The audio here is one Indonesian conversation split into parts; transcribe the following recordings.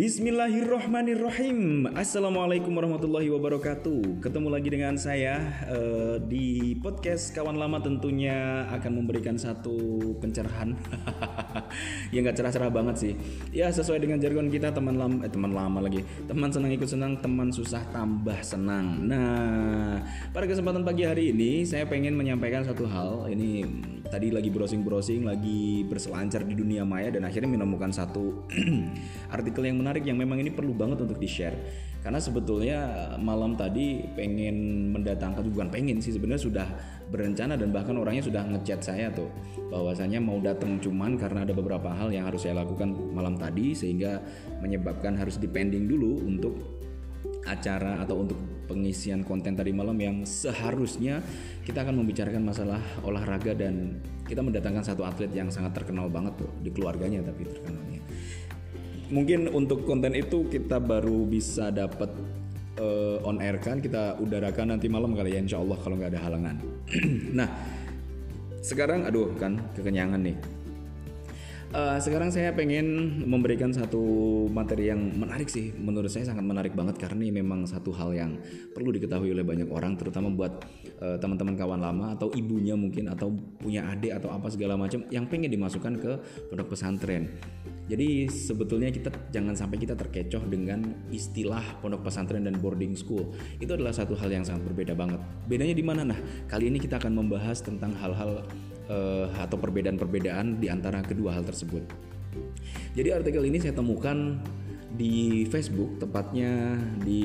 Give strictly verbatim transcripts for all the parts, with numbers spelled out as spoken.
Bismillahirrahmanirrahim. Assalamualaikum warahmatullahi wabarakatuh. Ketemu lagi dengan saya uh, di podcast Kawan Lama, tentunya akan memberikan satu pencerahan. Ya nggak cerah-cerah banget sih. Ya sesuai dengan jargon kita, teman lama, eh, teman lama lagi. Teman senang ikut senang, teman susah tambah senang. Nah, pada kesempatan pagi hari ini saya pengen menyampaikan satu hal. Ini tadi lagi browsing-browsing, lagi berselancar di dunia maya dan akhirnya menemukan satu artikel yang menarik yang memang ini perlu banget untuk di-share. Karena sebetulnya malam tadi pengen mendatangkan, bukan pengen sih, sebenarnya sudah berencana dan bahkan orangnya sudah ngechat saya tuh bahwasanya mau datang, cuman karena ada beberapa hal yang harus saya lakukan malam tadi sehingga menyebabkan harus dipending dulu untuk acara atau untuk pengisian konten tadi malam yang seharusnya kita akan membicarakan masalah olahraga dan kita mendatangkan satu atlet yang sangat terkenal banget tuh di keluarganya, tapi terkenalnya. Mungkin untuk konten itu kita baru bisa dapat uh, on air kan, kita udarakan nanti malam kali ya, insya Allah kalau nggak ada halangan. Nah sekarang aduh kan kekenyangan nih. Uh, sekarang saya pengen memberikan satu materi yang menarik sih, menurut saya sangat menarik banget karena ini memang satu hal yang perlu diketahui oleh banyak orang, terutama buat uh, teman-teman kawan lama atau ibunya mungkin atau punya adik atau apa segala macam yang pengen dimasukkan ke pondok pesantren. Jadi sebetulnya kita jangan sampai kita terkecoh dengan istilah pondok pesantren dan boarding school. Itu adalah satu hal yang sangat berbeda banget. Bedanya di mana? Nah, kali ini kita akan membahas tentang hal-hal uh, atau perbedaan-perbedaan di antara kedua hal tersebut. Jadi artikel ini saya temukan di Facebook, tepatnya di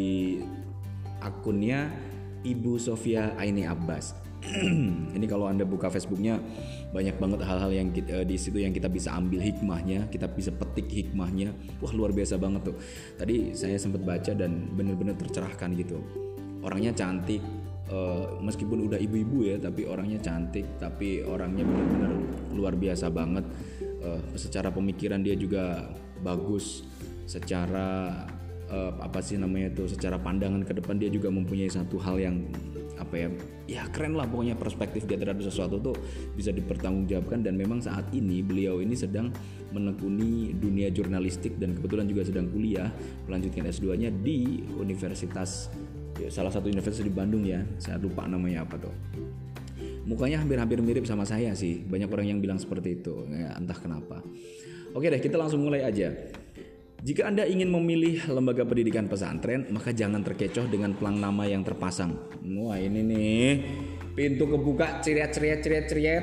akunnya Ibu Sofia Aini Abbas. Ini kalau Anda buka Facebooknya banyak banget hal-hal yang kita, uh, di situ yang kita bisa ambil hikmahnya, kita bisa petik hikmahnya. Wah luar biasa banget tuh. Tadi saya sempat baca dan benar-benar tercerahkan gitu. Orangnya cantik, uh, meskipun udah ibu-ibu ya, tapi orangnya cantik, tapi orangnya benar-benar luar biasa banget. Uh, secara pemikiran dia juga bagus, secara uh, apa sih namanya tuh, secara pandangan ke depan dia juga mempunyai satu hal yang apa ya, ya keren lah pokoknya, perspektif dia terhadap sesuatu tuh bisa dipertanggungjawabkan. Dan memang saat ini beliau ini sedang menekuni dunia jurnalistik dan kebetulan juga sedang kuliah melanjutkan S dua nya di universitas ya, salah satu universitas di Bandung ya, saya lupa namanya apa tuh. Mukanya hampir-hampir mirip sama saya sih, banyak orang yang bilang seperti itu ya, entah kenapa. Oke deh, kita langsung mulai aja. Jika Anda ingin memilih lembaga pendidikan pesantren, maka jangan terkecoh dengan pelang nama yang terpasang. Wah ini nih, pintu kebuka, ceriat ceriat ceriat ceriat.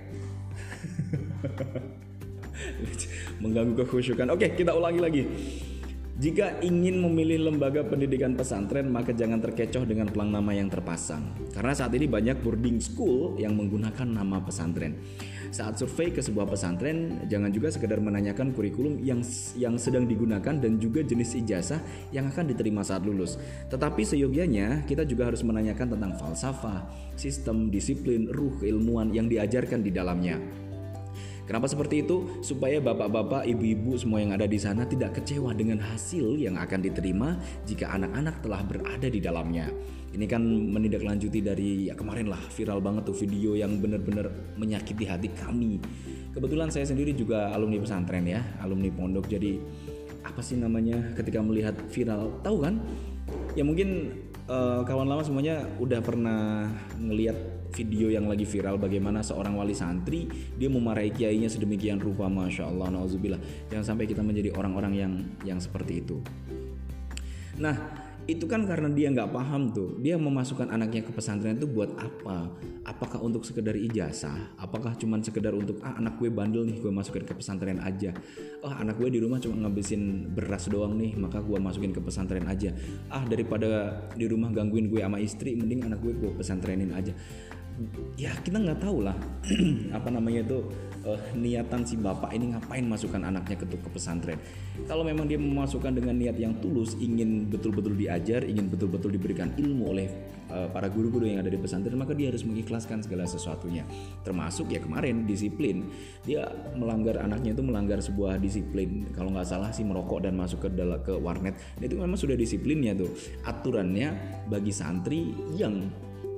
Mengganggu kekhusyukan. Oke, kita ulangi lagi. Jika ingin memilih lembaga pendidikan pesantren, maka jangan terkecoh dengan pelang nama yang terpasang. Karena saat ini banyak boarding school yang menggunakan nama pesantren. Saat survei ke sebuah pesantren, jangan juga sekedar menanyakan kurikulum yang yang sedang digunakan dan juga jenis ijazah yang akan diterima saat lulus. Tetapi seyogyanya kita juga harus menanyakan tentang falsafah, sistem, disiplin, ruh keilmuan yang diajarkan di dalamnya. Kenapa seperti itu? Supaya bapak-bapak, ibu-ibu semua yang ada di sana tidak kecewa dengan hasil yang akan diterima jika anak-anak telah berada di dalamnya. Ini kan menindaklanjuti dari ya kemarin lah, viral banget tuh video yang benar-benar menyakiti hati kami. Kebetulan saya sendiri juga alumni pesantren ya, alumni pondok. Jadi apa sih namanya ketika melihat viral, tahu kan? Ya mungkin uh, kawan lama semuanya udah pernah ngelihat video yang lagi viral bagaimana seorang wali santri dia memarahi kiainya sedemikian rupa, masya Allah, nauzubillah. Jangan sampai kita menjadi orang-orang yang yang seperti itu. Nah itu kan karena dia nggak paham tuh, dia memasukkan anaknya ke pesantren itu buat apa? Apakah untuk sekedar ijazah? Apakah cuma sekedar untuk ah anak gue bandel nih, gue masukin ke pesantren aja. Oh anak gue di rumah cuma ngabisin beras doang nih, maka gue masukin ke pesantren aja. Ah daripada di rumah gangguin gue sama istri, mending anak gue gue pesantrenin aja. Ya kita nggak tahu lah apa namanya itu uh, niatan si bapak ini ngapain masukkan anaknya ke, ke pesantren. Kalau memang dia memasukkan dengan niat yang tulus, ingin betul-betul diajar, ingin betul-betul diberikan ilmu oleh uh, para guru-guru yang ada di pesantren, maka dia harus mengikhlaskan segala sesuatunya. Termasuk ya kemarin disiplin, dia melanggar, anaknya itu melanggar sebuah disiplin. Kalau nggak salah sih merokok dan masuk ke dalam ke warnet. Itu memang sudah disiplinnya tuh, aturannya bagi santri yang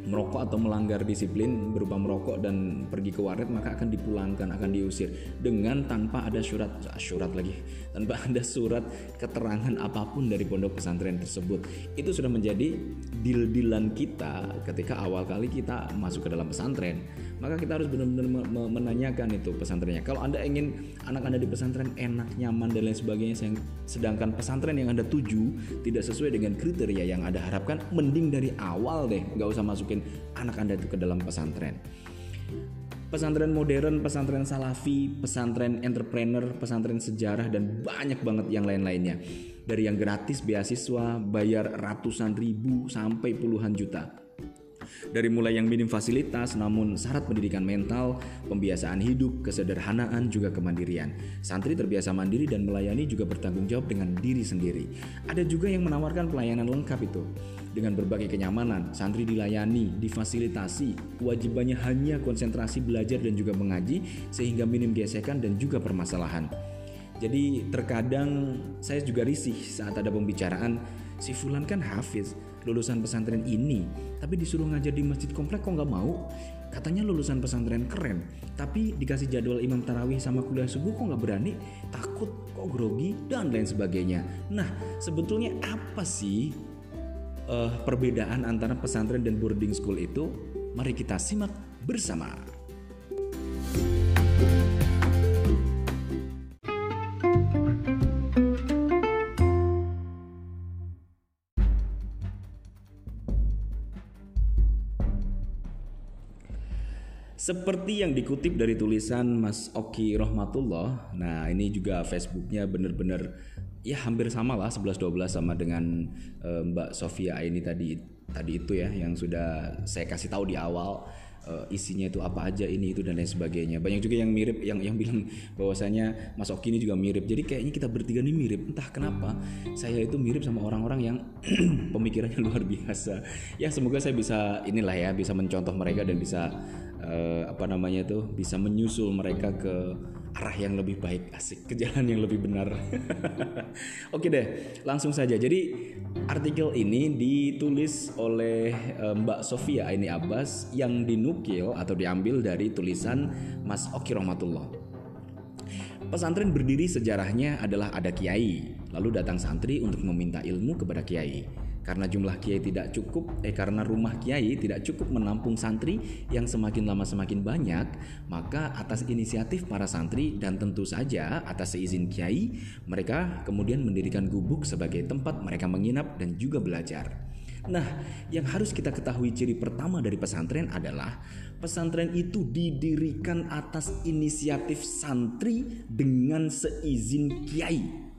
merokok atau melanggar disiplin berupa merokok dan pergi ke warnet, maka akan dipulangkan, akan diusir dengan tanpa ada surat surat lagi tanpa ada surat keterangan apapun dari pondok pesantren tersebut. Itu sudah menjadi deal-dealan kita ketika awal kali kita masuk ke dalam pesantren. Maka kita harus benar-benar menanyakan itu pesantrennya. Kalau Anda ingin anak Anda di pesantren enak, nyaman dan lain sebagainya, sedangkan pesantren yang Anda tuju tidak sesuai dengan kriteria yang Anda harapkan, mending dari awal deh nggak usah masukin anak Anda itu ke dalam pesantren. Pesantren modern, pesantren salafi, pesantren entrepreneur, pesantren sejarah, dan banyak banget yang lain-lainnya. Dari yang gratis beasiswa, bayar ratusan ribu sampai puluhan juta. Dari mulai yang minim fasilitas namun syarat pendidikan mental, pembiasaan hidup, kesederhanaan, juga kemandirian. Santri terbiasa mandiri dan melayani juga bertanggung jawab dengan diri sendiri. Ada juga yang menawarkan pelayanan lengkap itu. Dengan berbagai kenyamanan, santri dilayani, difasilitasi, kewajibannya hanya konsentrasi belajar dan juga mengaji sehingga minim gesekan dan juga permasalahan. Jadi terkadang saya juga risih saat ada pembicaraan, si Fulan kan hafiz, lulusan pesantren ini, tapi disuruh ngajar di masjid komplek kok gak mau? Katanya lulusan pesantren keren, tapi dikasih jadwal imam tarawih sama kuliah subuh kok gak berani? Takut, kok grogi, dan lain sebagainya. Nah, sebetulnya apa sih uh, perbedaan antara pesantren dan boarding school itu? Mari kita simak bersama. Seperti yang dikutip dari tulisan Mas Oki Rohmatullah, nah ini juga Facebooknya bener-bener ya hampir sama lah sebelas dua belas sama dengan e, Mbak Sofia ini tadi tadi itu ya yang sudah saya kasih tahu di awal, e, isinya itu apa aja ini itu dan lain sebagainya. Banyak juga yang mirip, yang yang bilang bahwasanya Mas Oki ini juga mirip. Jadi kayaknya kita bertiga ini mirip. Entah kenapa saya itu mirip sama orang-orang yang pemikirannya luar biasa. Ya semoga saya bisa inilah ya bisa mencontoh mereka dan bisa Uh, apa namanya tuh bisa menyusul mereka ke arah yang lebih baik, asik, ke jalan yang lebih benar. Oke deh, langsung saja. Jadi artikel ini ditulis oleh uh, Mbak Sofia Aini Abbas yang dinukil atau diambil dari tulisan Mas Oki Rohmatullah. Pesantren berdiri sejarahnya adalah ada kiai, lalu datang santri untuk meminta ilmu kepada kiai. Karena jumlah kiai tidak cukup, eh karena rumah kiai tidak cukup menampung santri yang semakin lama semakin banyak, maka atas inisiatif para santri dan tentu saja atas seizin kiai, mereka kemudian mendirikan gubuk sebagai tempat mereka menginap dan juga belajar. Nah, yang harus kita ketahui ciri pertama dari pesantren adalah pesantren itu didirikan atas inisiatif santri dengan seizin kiai.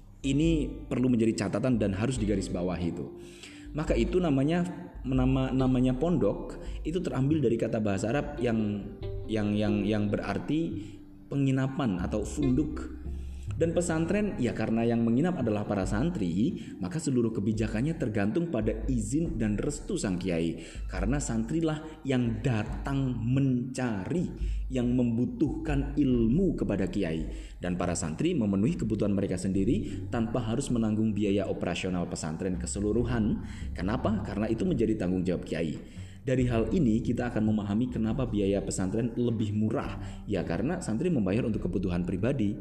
Ini perlu menjadi catatan dan harus digarisbawahi itu. Maka itu namanya nama namanya pondok itu terambil dari kata bahasa Arab yang yang yang yang berarti penginapan atau funduk. Dan pesantren ya karena yang menginap adalah para santri, maka seluruh kebijakannya tergantung pada izin dan restu sang kiai. Karena santrilah yang datang mencari, yang membutuhkan ilmu kepada kiai. Dan para santri memenuhi kebutuhan mereka sendiri tanpa harus menanggung biaya operasional pesantren keseluruhan. Kenapa? Karena itu menjadi tanggung jawab kiai. Dari hal ini kita akan memahami kenapa biaya pesantren lebih murah. Ya karena santri membayar untuk kebutuhan pribadi.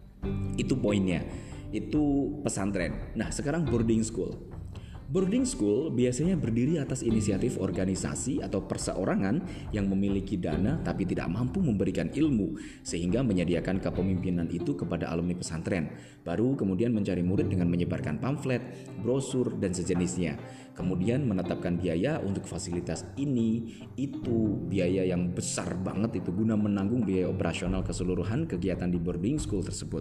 Itu poinnya, itu pesantren. Nah sekarang boarding school. Boarding school biasanya berdiri atas inisiatif organisasi atau perseorangan yang memiliki dana tapi tidak mampu memberikan ilmu, sehingga menyediakan kepemimpinan itu kepada alumni pesantren. Baru kemudian mencari murid dengan menyebarkan pamflet, brosur, dan sejenisnya. Kemudian menetapkan biaya untuk fasilitas ini, itu biaya yang besar banget itu guna menanggung biaya operasional keseluruhan kegiatan di boarding school tersebut.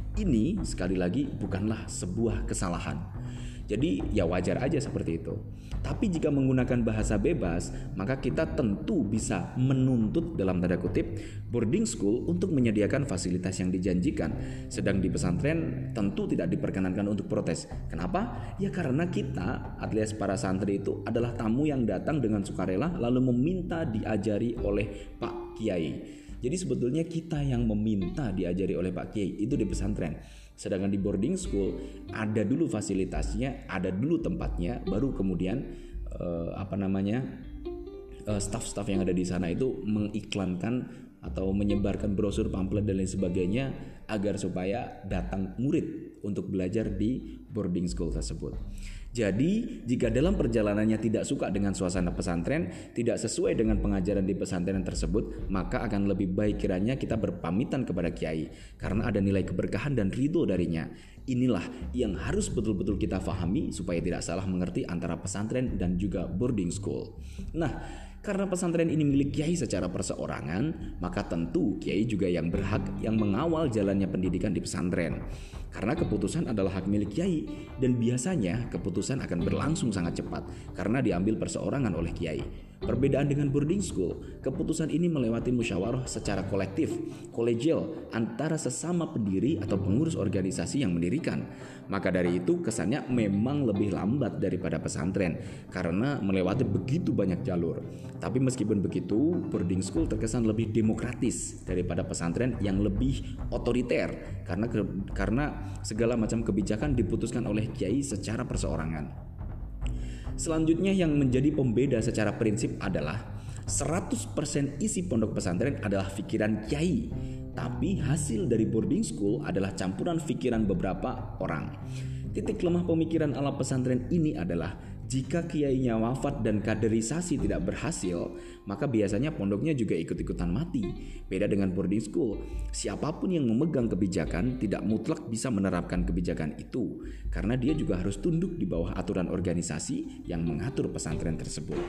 Ini sekali lagi bukanlah sebuah kesalahan. Jadi ya wajar aja seperti itu. Tapi jika menggunakan bahasa bebas, maka kita tentu bisa menuntut dalam tanda kutip boarding school untuk menyediakan fasilitas yang dijanjikan. Sedang di pesantren tentu tidak diperkenankan untuk protes. Kenapa? Ya karena kita alias para santri itu adalah tamu yang datang dengan sukarela lalu meminta diajari oleh Pak Kiai. Jadi sebetulnya kita yang meminta diajari oleh Pak Kiai itu di pesantren. Sedangkan di boarding school ada dulu fasilitasnya, ada dulu tempatnya, baru kemudian eh, apa namanya uh, staff-staff yang ada di sana itu mengiklankan atau menyebarkan brosur, pamflet dan lain sebagainya agar supaya datang murid untuk belajar di boarding school tersebut. Jadi, jika dalam perjalanannya tidak suka dengan suasana pesantren, tidak sesuai dengan pengajaran di pesantren tersebut, maka akan lebih baik kiranya kita berpamitan kepada kiai karena ada nilai keberkahan dan ridho darinya. Inilah yang harus betul-betul kita fahami supaya tidak salah mengerti antara pesantren dan juga boarding school. Nah, karena pesantren ini milik kiai secara perseorangan, maka tentu kiai juga yang berhak yang mengawal jalannya pendidikan di pesantren. Karena keputusan adalah hak milik kiai dan biasanya keputusan akan berlangsung sangat cepat karena diambil perseorangan oleh kiai. Perbedaan dengan boarding school, keputusan ini melewati musyawarah secara kolektif, kolegial antara sesama pendiri atau pengurus organisasi yang mendirikan. Maka dari itu kesannya memang lebih lambat daripada pesantren karena melewati begitu banyak jalur. Tapi meskipun begitu, boarding school terkesan lebih demokratis daripada pesantren yang lebih otoriter karena karena segala macam kebijakan diputuskan oleh kiai secara perseorangan. Selanjutnya yang menjadi pembeda secara prinsip adalah seratus persen isi pondok pesantren adalah pikiran kiai, tapi hasil dari boarding school adalah campuran pikiran beberapa orang. Titik lemah pemikiran ala pesantren ini adalah jika kiainya wafat dan kaderisasi tidak berhasil, maka biasanya pondoknya juga ikut-ikutan mati. Beda dengan boarding school, siapapun yang memegang kebijakan tidak mutlak bisa menerapkan kebijakan itu, karena dia juga harus tunduk di bawah aturan organisasi yang mengatur pesantren tersebut.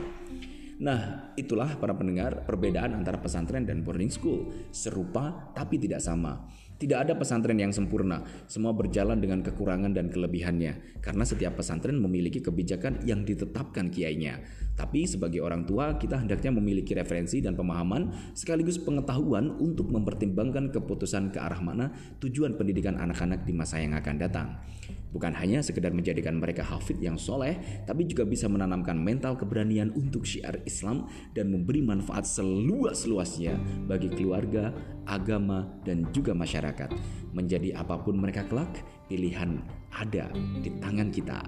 Nah, itulah para pendengar perbedaan antara pesantren dan boarding school. Serupa tapi tidak sama. Tidak ada pesantren yang sempurna, semua berjalan dengan kekurangan dan kelebihannya, karena setiap pesantren memiliki kebijakan yang ditetapkan kiainya. Tapi sebagai orang tua, kita hendaknya memiliki referensi dan pemahaman sekaligus pengetahuan untuk mempertimbangkan keputusan ke arah mana tujuan pendidikan anak-anak di masa yang akan datang. Bukan hanya sekedar menjadikan mereka hafid yang soleh, tapi juga bisa menanamkan mental keberanian untuk syiar Islam dan memberi manfaat seluas-luasnya bagi keluarga, agama, dan juga masyarakat. Menjadi apapun mereka kelak, pilihan ada di tangan kita.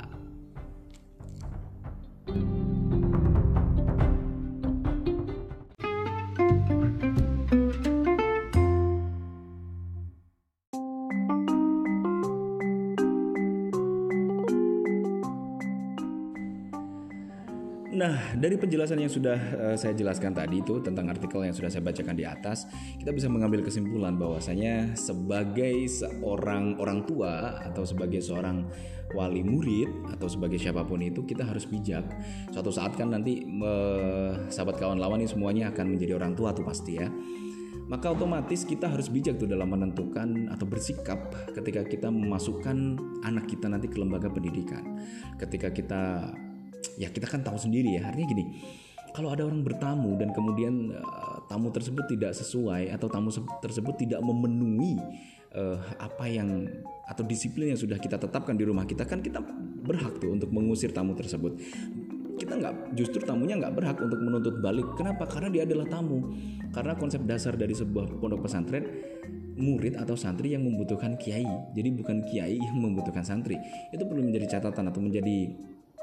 Nah, dari penjelasan yang sudah uh, saya jelaskan tadi itu tentang artikel yang sudah saya bacakan di atas, kita bisa mengambil kesimpulan bahwasanya sebagai seorang orang tua atau sebagai seorang wali murid atau sebagai siapapun itu, kita harus bijak. Suatu saat kan nanti uh, sahabat kawan lawan ini semuanya akan menjadi orang tua tuh pasti ya. Maka otomatis kita harus bijak tuh dalam menentukan atau bersikap ketika kita memasukkan anak kita nanti ke lembaga pendidikan. Ketika kita ya kita kan tahu sendiri ya, artinya gini, kalau ada orang bertamu dan kemudian uh, tamu tersebut tidak sesuai atau tamu tersebut tidak memenuhi uh, apa yang atau disiplin yang sudah kita tetapkan di rumah kita, kan kita berhak tuh untuk mengusir tamu tersebut. Kita nggak, justru tamunya nggak berhak untuk menuntut balik. Kenapa? Karena dia adalah tamu. Karena konsep dasar dari sebuah pondok pesantren, murid atau santri yang membutuhkan kiai, jadi bukan kiai yang membutuhkan santri. Itu perlu menjadi catatan atau menjadi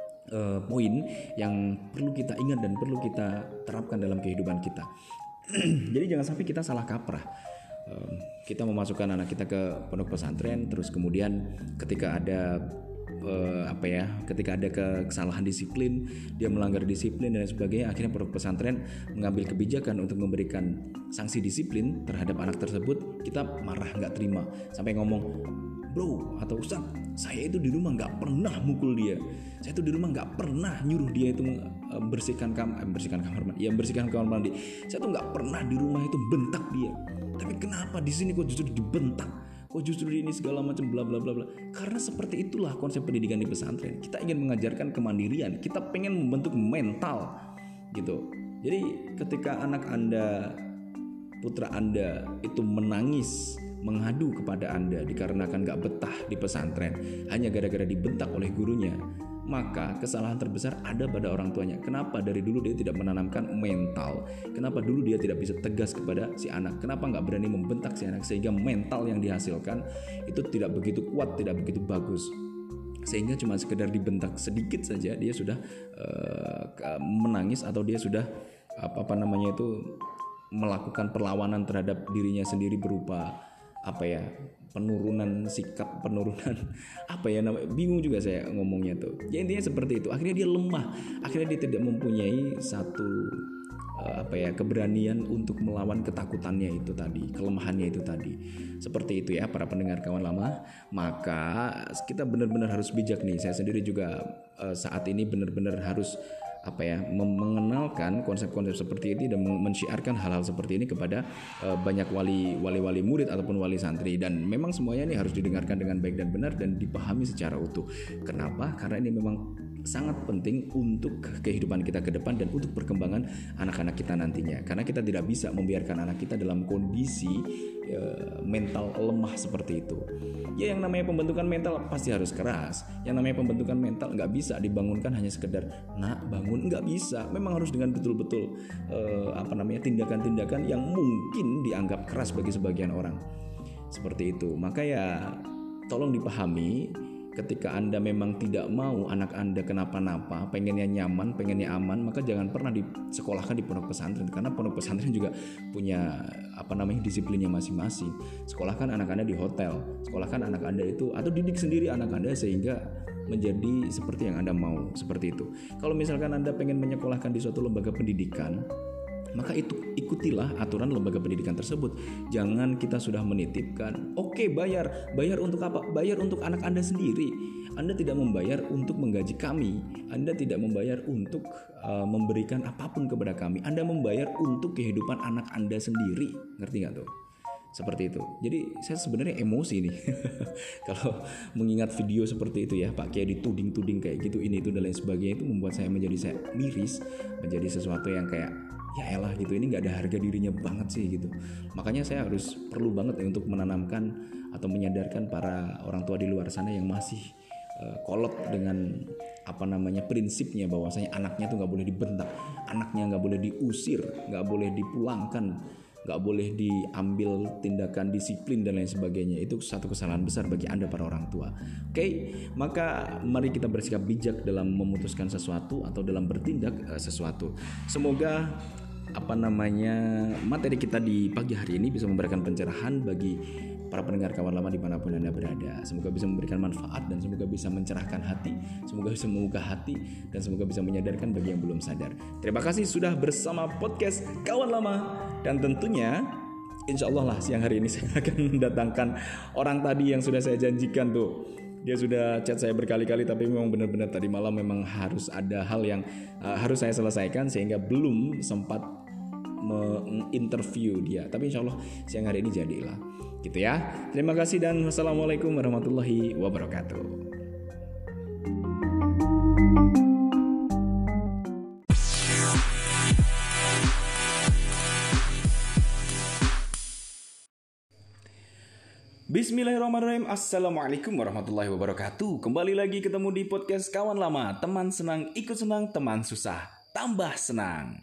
Uh, poin yang perlu kita ingat dan perlu kita terapkan dalam kehidupan kita. Jadi jangan sampai kita salah kaprah. Uh, kita memasukkan anak kita ke pondok pesantren, terus kemudian ketika ada uh, apa ya, ketika ada kesalahan disiplin, dia melanggar disiplin dan sebagainya, akhirnya pondok pesantren mengambil kebijakan untuk memberikan sanksi disiplin terhadap anak tersebut. Kita marah, nggak terima, sampai ngomong, bro atau ustaz, saya itu di rumah nggak pernah mukul dia, saya itu di rumah nggak pernah nyuruh dia itu bersihkan kamar, bersihkan kamar mandi, ya bersihkan kamar mandi, saya tuh nggak pernah di rumah itu bentak dia, tapi kenapa di sini kok justru dibentak, kok justru ini segala macam bla bla bla bla. Karena seperti itulah konsep pendidikan di pesantren. Kita ingin mengajarkan kemandirian, kita pengen membentuk mental gitu. Jadi ketika anak Anda, putra Anda itu menangis, mengadu kepada Anda dikarenakan gak betah di pesantren hanya gara-gara dibentak oleh gurunya, maka kesalahan terbesar ada pada orang tuanya. Kenapa dari dulu dia tidak menanamkan mental? Kenapa dulu dia tidak bisa tegas kepada si anak? Kenapa gak berani membentak si anak sehingga mental yang dihasilkan itu tidak begitu kuat, tidak begitu bagus, sehingga cuma sekedar dibentak sedikit saja dia sudah uh, menangis atau dia sudah apa apa namanya itu melakukan perlawanan terhadap dirinya sendiri berupa apa ya, penurunan sikap, penurunan apa ya namanya, bingung juga saya ngomongnya tuh. Ya intinya seperti itu. Akhirnya dia lemah, akhirnya dia tidak mempunyai satu uh, apa ya keberanian untuk melawan ketakutannya itu tadi, kelemahannya itu tadi. Seperti itu ya para pendengar kawan lama. Maka kita benar-benar harus bijak nih. Saya sendiri juga uh, saat ini benar-benar harus apa ya mengenalkan konsep-konsep seperti ini dan mensyiarkan hal-hal seperti ini kepada uh, banyak wali wali-wali murid ataupun wali santri, dan memang semuanya ini harus didengarkan dengan baik dan benar dan dipahami secara utuh. Kenapa? Karena ini memang sangat penting untuk kehidupan kita ke depan dan untuk perkembangan anak-anak kita nantinya. Karena kita tidak bisa membiarkan anak kita dalam kondisi uh, mental lemah seperti itu. Ya yang namanya pembentukan mental pasti harus keras. Yang namanya pembentukan mental nggak bisa dibangunkan hanya sekedar nak bangun, nggak bisa. Memang harus dengan betul-betul uh, apa namanya tindakan-tindakan yang mungkin dianggap keras bagi sebagian orang. Seperti itu. Maka ya tolong dipahami, ketika Anda memang tidak mau anak Anda kenapa-napa, pengennya nyaman, pengennya aman, maka jangan pernah disekolahkan di pondok pesantren, karena pondok pesantren juga punya apa namanya disiplinnya masing-masing. Sekolahkan anak Anda di hotel, sekolahkan anak Anda itu atau didik sendiri anak Anda sehingga menjadi seperti yang Anda mau, seperti itu. Kalau misalkan Anda pengen menyekolahkan di suatu lembaga pendidikan, maka itu ikutilah aturan lembaga pendidikan tersebut. Jangan kita sudah menitipkan, oke okay, bayar, bayar untuk apa? Bayar untuk anak Anda sendiri. Anda tidak membayar untuk menggaji kami. Anda tidak membayar untuk uh, memberikan apapun kepada kami. Anda membayar untuk kehidupan anak Anda sendiri. Ngerti nggak tuh? Seperti itu. Jadi saya sebenarnya emosi nih kalau mengingat video seperti itu ya, Pak Kiai dituding-tuding kayak gitu, ini itu dan lain sebagainya, itu membuat saya menjadi saya miris, menjadi sesuatu yang kayak ya elah gitu, ini nggak ada harga dirinya banget sih gitu. Makanya saya harus perlu banget ya untuk menanamkan atau menyadarkan para orang tua di luar sana yang masih uh, kolot dengan apa namanya prinsipnya bahwasanya anaknya tuh nggak boleh dibentak, anaknya nggak boleh diusir, nggak boleh dipulangkan, nggak boleh diambil tindakan disiplin dan lain sebagainya. Itu satu kesalahan besar bagi Anda para orang tua. Oke, okay? Maka mari kita bersikap bijak dalam memutuskan sesuatu atau dalam bertindak uh, sesuatu. Semoga apa namanya materi kita di pagi hari ini bisa memberikan pencerahan bagi para pendengar kawan lama dimanapun Anda berada. Semoga bisa memberikan manfaat dan semoga bisa mencerahkan hati, semoga bisa membuka hati, dan semoga bisa menyadarkan bagi yang belum sadar. Terima kasih sudah bersama podcast Kawan Lama, dan tentunya insya Allah lah siang hari ini saya akan mendatangkan orang tadi yang sudah saya janjikan tuh. Dia sudah chat saya berkali-kali, tapi memang benar-benar tadi malam memang harus ada hal yang uh, harus saya selesaikan sehingga belum sempat menginterview dia. Tapi insya Allah siang hari ini jadilah. Gitu ya. Terima kasih dan wassalamualaikum warahmatullahi wabarakatuh. Bismillahirrahmanirrahim. Assalamualaikum warahmatullahi wabarakatuh. Kembali lagi ketemu di podcast Kawan Lama. Teman senang ikut senang, teman susah tambah senang.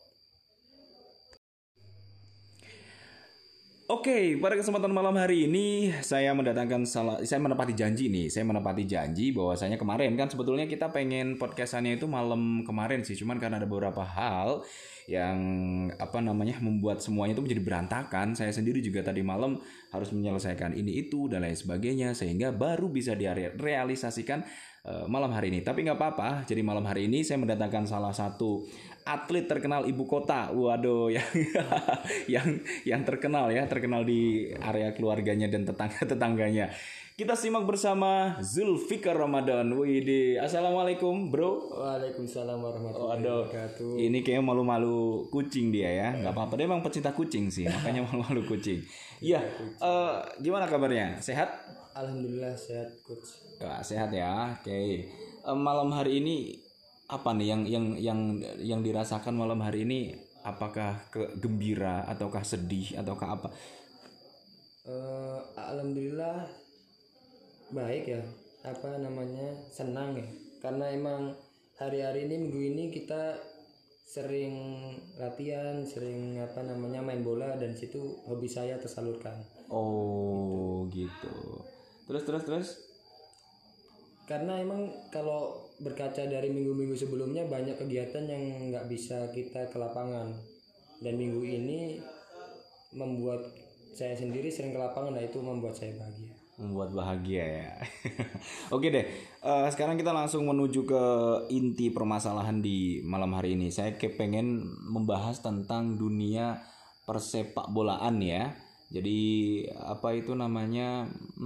Oke, pada kesempatan malam hari ini saya mendatangkan salah, saya menepati janji nih. Saya menepati janji bahwasanya kemarin kan sebetulnya kita pengen podcastannya itu malam kemarin sih, cuman karena ada beberapa hal yang apa namanya membuat semuanya itu menjadi berantakan. Saya sendiri juga tadi malam harus menyelesaikan ini itu dan lain sebagainya sehingga baru bisa direalisasikan uh, malam hari ini. Tapi nggak apa-apa. Jadi malam hari ini saya mendatangkan salah satu atlet terkenal ibu kota. Waduh, yang yang yang terkenal ya, terkenal di area keluarganya dan tetangga-tetangganya. Kita simak bersama Zulfikar Ramadan. Wih, assalamualaikum bro. Waalaikumsalam warahmatullahi wabarakatuh. Ini kayaknya malu-malu kucing dia ya. Nggak apa-apa, dia emang pecinta kucing sih, makanya malu-malu kucing. Iya. Uh, gimana kabarnya? Sehat? Alhamdulillah sehat, coach. Ya, sehat ya. Oke. Okay. Uh, malam hari ini apa nih yang yang yang yang dirasakan malam hari ini? Apakah gembira ataukah sedih ataukah apa? Uh, Alhamdulillah baik ya, apa namanya senang ya, karena emang hari-hari ini minggu ini kita sering latihan, sering apa namanya main bola, dan situ hobi saya tersalurkan. Oh gitu, gitu. Terus terus terus karena emang kalau berkaca dari minggu-minggu sebelumnya banyak kegiatan yang nggak bisa kita ke lapangan, dan minggu ini membuat saya sendiri sering ke lapangan, nah itu membuat saya bahagia. Membuat bahagia ya. Oke deh, uh, sekarang kita langsung menuju ke inti permasalahan di malam hari ini. Saya kepengen membahas tentang dunia persepak bolaan ya. Jadi apa itu namanya?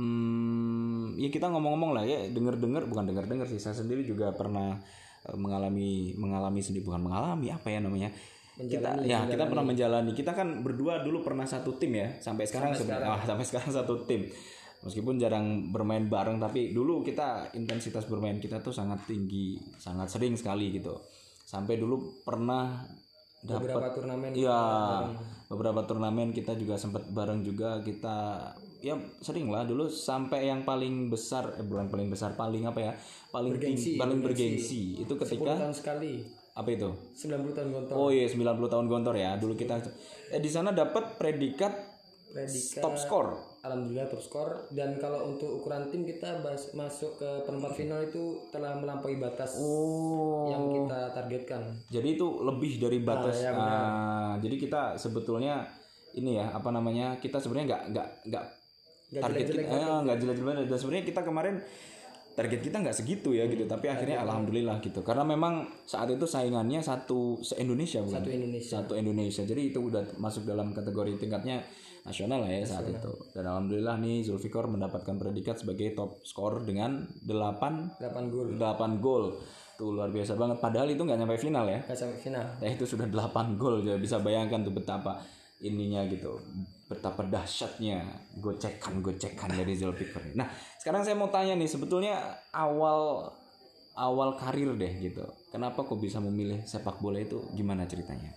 Hmm, ya kita ngomong-ngomong lah ya, denger-dengar bukan denger-dengar sih. Saya sendiri juga pernah uh, mengalami mengalami sendiri bukan mengalami apa ya namanya? Kita Menjalani, ya menjalani. kita pernah menjalani. Kita kan berdua dulu pernah satu tim ya, sampai sekarang Sampai sebenarnya ah, sampai sekarang satu tim. Meskipun jarang bermain bareng, tapi dulu kita intensitas bermain kita tuh sangat tinggi, sangat sering sekali gitu. Sampai dulu pernah Beberapa dapat turnamen. iya bareng. beberapa turnamen kita juga sempat bareng juga. Kita ya sering lah dulu sampai yang paling besar eh bukan paling besar paling apa ya paling Bergengsi, tinggi paling bergengsi. bergengsi itu sepuluh ketika tahun sekali. apa itu sembilan puluh tahun gontor. oh iya sembilan puluh tahun gontor ya dulu kita eh di sana dapat predikat Predikat top score. Alhamdulillah top skor, dan kalau untuk ukuran tim kita bas, masuk ke perempat final itu telah melampaui batas Oh. yang kita targetkan. Jadi itu lebih dari batas. Ah, ya, ah, jadi kita sebetulnya ini ya apa namanya kita sebenarnya nggak nggak nggak Nggak target kita jelek-jelek eh, nggak jelek-jelek dan sebenarnya kita kemarin target kita nggak segitu ya gitu. Tapi akhirnya alhamdulillah gitu karena memang saat itu saingannya satu se Indonesia bukan Satu Indonesia. satu Indonesia. Jadi itu udah masuk dalam kategori tingkatnya nasional lah ya saat itu. Dan alhamdulillah nih Zulfikor mendapatkan predikat sebagai top skor dengan delapan delapan gol. delapan gol. Tuh luar biasa banget. Padahal itu nggak nyampe final ya. Nggak sampai final. Nah itu sudah delapan gol, jadi bisa bayangkan tuh betapa ininya gitu, betapa dahsyatnya gocekan-gocekan dari Zulfikar. Nah sekarang saya mau tanya nih, sebetulnya awal awal karir deh gitu, kenapa kok bisa memilih sepak bola itu, gimana ceritanya?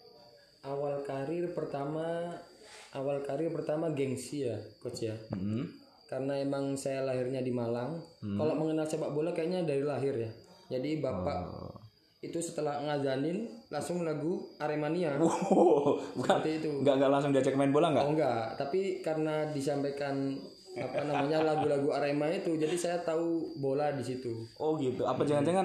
Awal karir pertama, awal karir pertama gengsi ya, coach ya. Hmm. Karena emang saya lahirnya di Malang. Kalau mengenal sepak bola kayaknya dari lahir ya. Jadi bapak Oh. itu setelah ngazanin langsung lagu Aremania. Wow, bukan Seperti itu. nggak nggak langsung diajak main bola nggak? Oh enggak, tapi karena disampaikan apa namanya lagu-lagu Arema itu, jadi saya tahu bola di situ. Oh gitu. Apa jangan-jangan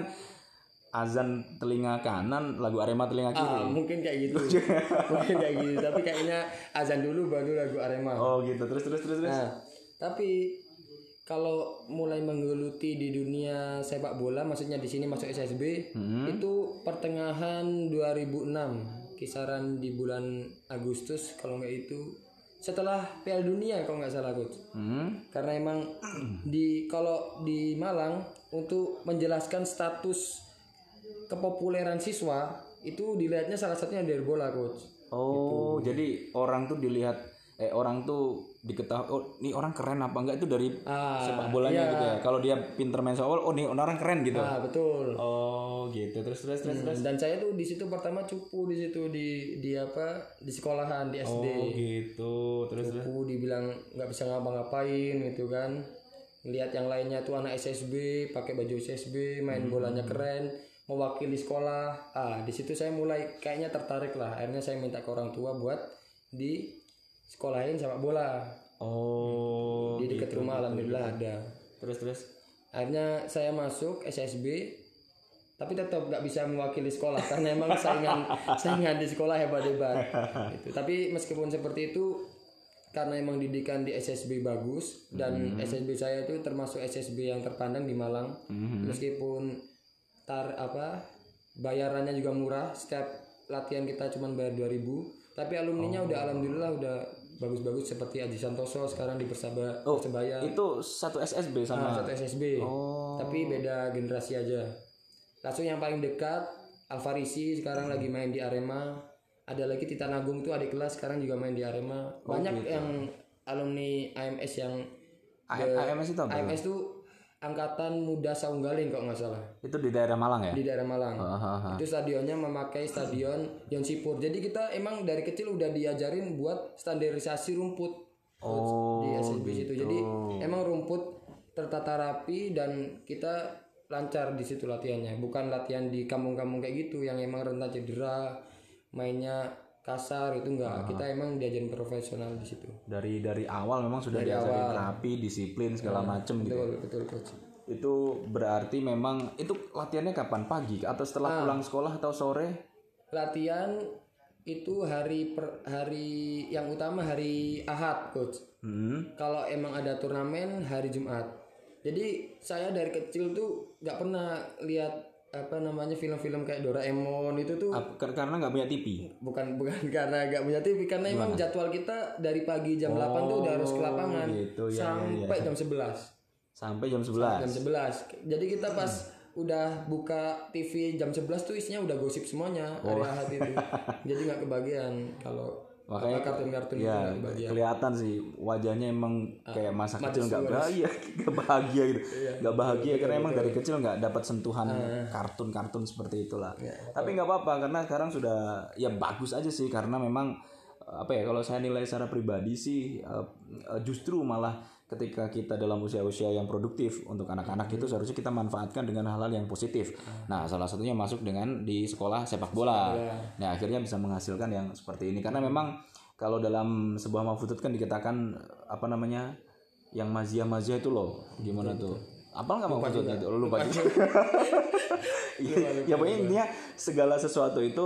azan telinga kanan, lagu Arema telinga kiri? Ah, mungkin kayak gitu. mungkin kayak gitu, tapi kayaknya azan dulu baru lagu Arema. Oh gitu. Terus terus terus terus. Nah, tapi kalau mulai menggeluti di dunia sepak bola, maksudnya di sini masuk S S B, Hmm. itu pertengahan dua ribu enam, kisaran di bulan Agustus kalau nggak itu, setelah Piala Dunia kalau nggak salah coach. Hmm. Karena emang di kalau di Malang untuk menjelaskan status kepopuleran siswa itu dilihatnya salah satunya dari bola coach. Oh, jadi orang tuh dilihat eh orang tuh diketahui oh ini orang keren apa enggak itu dari Ah, sepak bolanya iya. gitu ya. Kalau dia pinter main sepak bola, oh nih orang keren gitu. Ah betul. Oh, gitu. Terus terus terus terus. Hmm, dan saya tuh di situ pertama cupu di situ di di apa di sekolahan di S D. Oh, gitu. Terus terus. Cupu dibilang nggak bisa ngapa-ngapain gitu kan. Lihat yang lainnya tuh anak S S B pakai baju S S B, main bolanya keren, mewakili sekolah. Ah, di situ saya mulai kayaknya tertarik lah. Akhirnya saya minta ke orang tua buat di sekolahin sepak bola. Oh, Di dekat gitu. rumah alhamdulillah ada. Terus terus. Akhirnya saya masuk S S B, tapi tetap nggak bisa mewakili sekolah karena emang saingan saingan di sekolah hebat-hebat. Gitu. Tapi meskipun seperti itu, karena emang didikan di S S B bagus dan S S B saya itu termasuk S S B yang terpandang di Malang. Meskipun tar apa bayarannya juga murah, setiap latihan kita cuma bayar dua ribu, tapi alumninya udah alhamdulillah udah bagus-bagus seperti Aji Santoso sekarang di Persaba Oh, Persebaya. itu satu S S B Nah, sama. satu S S B. Oh. Tapi beda generasi aja. Langsung yang paling dekat Alfarisi sekarang lagi main di Arema. Ada lagi Titan Agung tuh adik kelas sekarang juga main di Arema. Banyak gitu. yang alumni A M S yang A M S itu apa? A M S tuh angkatan muda Saunggaling kalau nggak salah Itu di daerah Malang ya? di daerah Malang. Ah, ah, ah. Itu stadionnya memakai stadion Yon Sipur. Jadi kita emang dari kecil udah diajarin buat standarisasi rumput Oh, di S S B situ. gitu. Jadi emang rumput tertata rapi dan kita lancar di situ latihannya. Bukan latihan di kampung-kampung kayak gitu yang emang rentan cedera, mainnya kasar itu enggak. Kita emang diajarin profesional di situ. Dari dari awal memang sudah Dari diajarin awal. rapi, disiplin segala macem gitu. Betul, betul coach. Itu berarti memang itu latihannya kapan? Pagi atau setelah pulang sekolah atau sore? Latihan itu hari per, hari yang utama hari Ahad, coach. Hmm. Kalau emang ada turnamen hari Jumat. Jadi saya dari kecil tuh nggak pernah lihat apa namanya film-film kayak Doraemon itu tuh. Ap- karena nggak punya T V. Bukan bukan karena nggak punya T V, karena emang jadwal kita dari pagi jam delapan tuh udah harus ke lapangan gitu, ya, sampai ya, ya. jam sebelas. Sampai jam sebelas. Jam sebelas. Jadi kita pas udah buka T V jam sebelas tuh isinya udah gosip semuanya hari Ahad itu. Jadi nggak kebagian kalau Makanya apa kartun-kartun itu ya nggak kebagian. kelihatan sih wajahnya emang kayak masa kecil nggak manis. bahagia, nggak bahagia gitu, nggak bahagia karena emang dari kecil nggak dapat sentuhan kartun-kartun seperti itulah. Tapi nggak apa-apa karena sekarang sudah ya bagus aja sih karena memang apa ya kalau saya nilai secara pribadi sih uh, uh, justru malah ketika kita dalam usia-usia yang produktif untuk anak-anak itu seharusnya kita manfaatkan dengan hal-hal yang positif. Nah, salah satunya masuk dengan di sekolah sepak bola. Nah, akhirnya bisa menghasilkan yang seperti ini karena memang kalau dalam sebuah mafutut kan dikatakan apa namanya yang mazia-mazia itu loh, gimana tuh? Apal nggak mafutut itu? Lo lupa juga. Ya pokoknya intinya segala sesuatu itu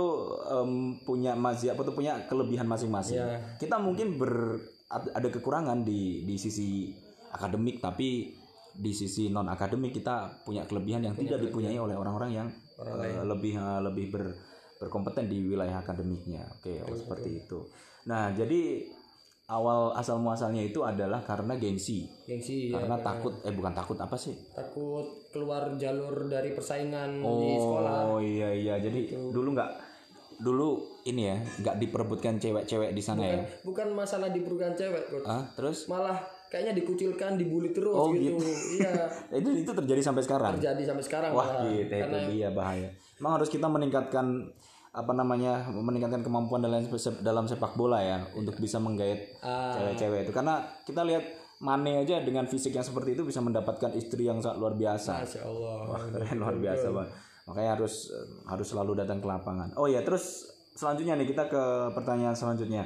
um, punya mazia apa tuh punya kelebihan masing-masing. Ya. Kita mungkin ber ada kekurangan di di sisi akademik tapi di sisi non akademik kita punya kelebihan yang punya tidak dipunyai oleh orang-orang yang orang uh, lebih uh, lebih ber, berkompeten di wilayah akademiknya. Oke, okay, oh, seperti itu. Nah, jadi awal asal muasalnya itu adalah karena gengsi. Gengsi. Karena ya, takut eh bukan takut apa sih? Takut keluar jalur dari persaingan oh, di sekolah. Oh iya iya. Jadi gitu. dulu nggak dulu ini ya nggak diperebutkan cewek-cewek di sana bukan, ya bukan masalah diperebutkan cewek coach. Ah, terus malah kayaknya dikucilkan dibully terus oh, gitu. gitu. Iya. itu itu terjadi sampai sekarang terjadi sampai sekarang wah malah. gitu Karena itu dia bahaya emang harus kita meningkatkan apa namanya meningkatkan kemampuan dalam dalam sepak bola ya untuk bisa menggait ah. cewek-cewek itu karena kita lihat Mane aja dengan fisik yang seperti itu bisa mendapatkan istri yang sangat luar biasa. Masya Allah. Wah, keren luar biasa bang. Makanya harus harus selalu datang ke lapangan. Oh ya, terus selanjutnya nih kita ke pertanyaan selanjutnya.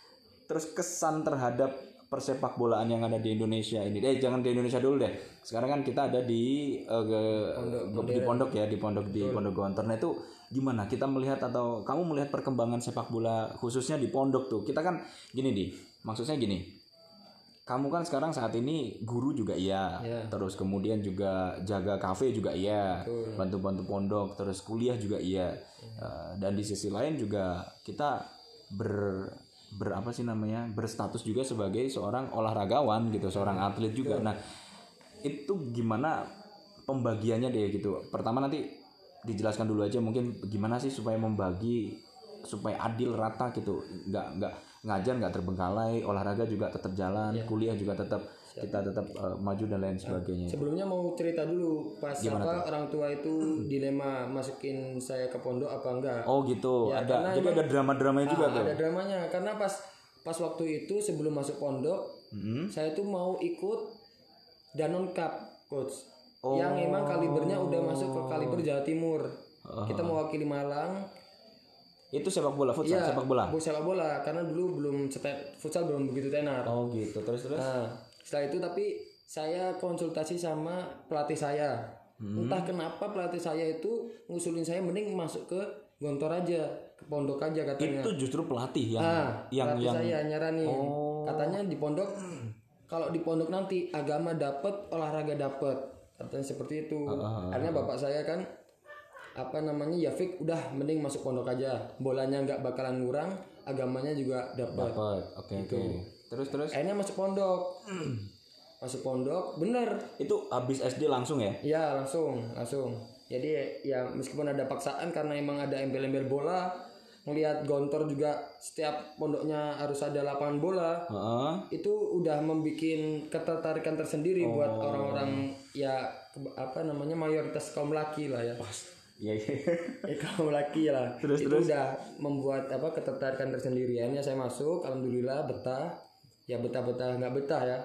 Terus kesan terhadap persepak bolaan yang ada di Indonesia ini. Eh jangan di Indonesia dulu deh. Sekarang kan kita ada di uh, pondok, di pondok ya, di pondok di Pondok Gontor. Nah itu gimana? Kita melihat atau kamu melihat perkembangan sepak bola khususnya di pondok tuh. Kita kan gini di, maksudnya gini. Kamu kan sekarang saat ini guru juga iya, yeah. Terus kemudian juga jaga kafe juga iya, Betul. Bantu-bantu pondok, terus kuliah juga iya, yeah. uh, dan di sisi lain juga kita ber ber apa sih namanya berstatus juga sebagai seorang olahragawan gitu, seorang atlet juga. Betul. Nah itu gimana pembagiannya deh gitu. Pertama nanti dijelaskan dulu aja mungkin gimana sih supaya membagi supaya adil rata gitu, nggak nggak ngajar nggak terbengkalai, olahraga juga tetap jalan, ya. Kuliah juga tetap Siap. Kita tetap uh, maju dan lain sebagainya. Sebelumnya mau cerita dulu pas Gimana apa tuh? Orang tua itu dilema masukin saya ke pondok apa enggak? Oh gitu, ya, ada jadi ada drama-dramanya juga ah, tuh. Ada dramanya karena pas pas waktu itu sebelum masuk pondok, mm-hmm. saya tuh mau ikut Danon Cup, coach. Oh. Yang emang kalibernya udah masuk ke kaliber Jawa Timur. Uh-huh. Kita mewakili Malang. Itu sepak bola, futsal, ya, sepak bola. Sepak bola karena dulu belum futsal belum begitu tenar. Oh gitu, terus terus. Nah, setelah itu tapi saya konsultasi sama pelatih saya. Hmm. Entah kenapa pelatih saya itu ngusulin saya mending masuk ke Gontor aja, ke pondok aja katanya. Itu justru pelatih yang nah, yang pelatih yang saya nyaranin. Oh. Katanya di pondok kalau di pondok nanti agama dapat, olahraga dapat. Katanya seperti itu. Uh, Akhirnya bapak saya kan apa namanya ya Fik udah mending masuk pondok aja, bolanya nggak bakalan ngurang, agamanya juga dapat. Dapat, oke okay, oke. Okay. Terus terus. Akhirnya masuk pondok, masuk pondok, bener. Itu habis S D langsung ya? Iya langsung, langsung. Jadi ya meskipun ada paksaan karena emang ada embel-embel bola, ngelihat Gontor juga setiap pondoknya harus ada lapangan bola, uh-huh. Itu udah membuat ketertarikan tersendiri oh. buat orang-orang ya apa namanya mayoritas kaum laki lah ya. Pas. Iya iya. Eh, kaum laki lah. Terus, itu terus. udah membuat apa ketertarikan tersendiri. Akhirnya saya masuk, alhamdulillah betah. Ya betah-betah nggak betah ya.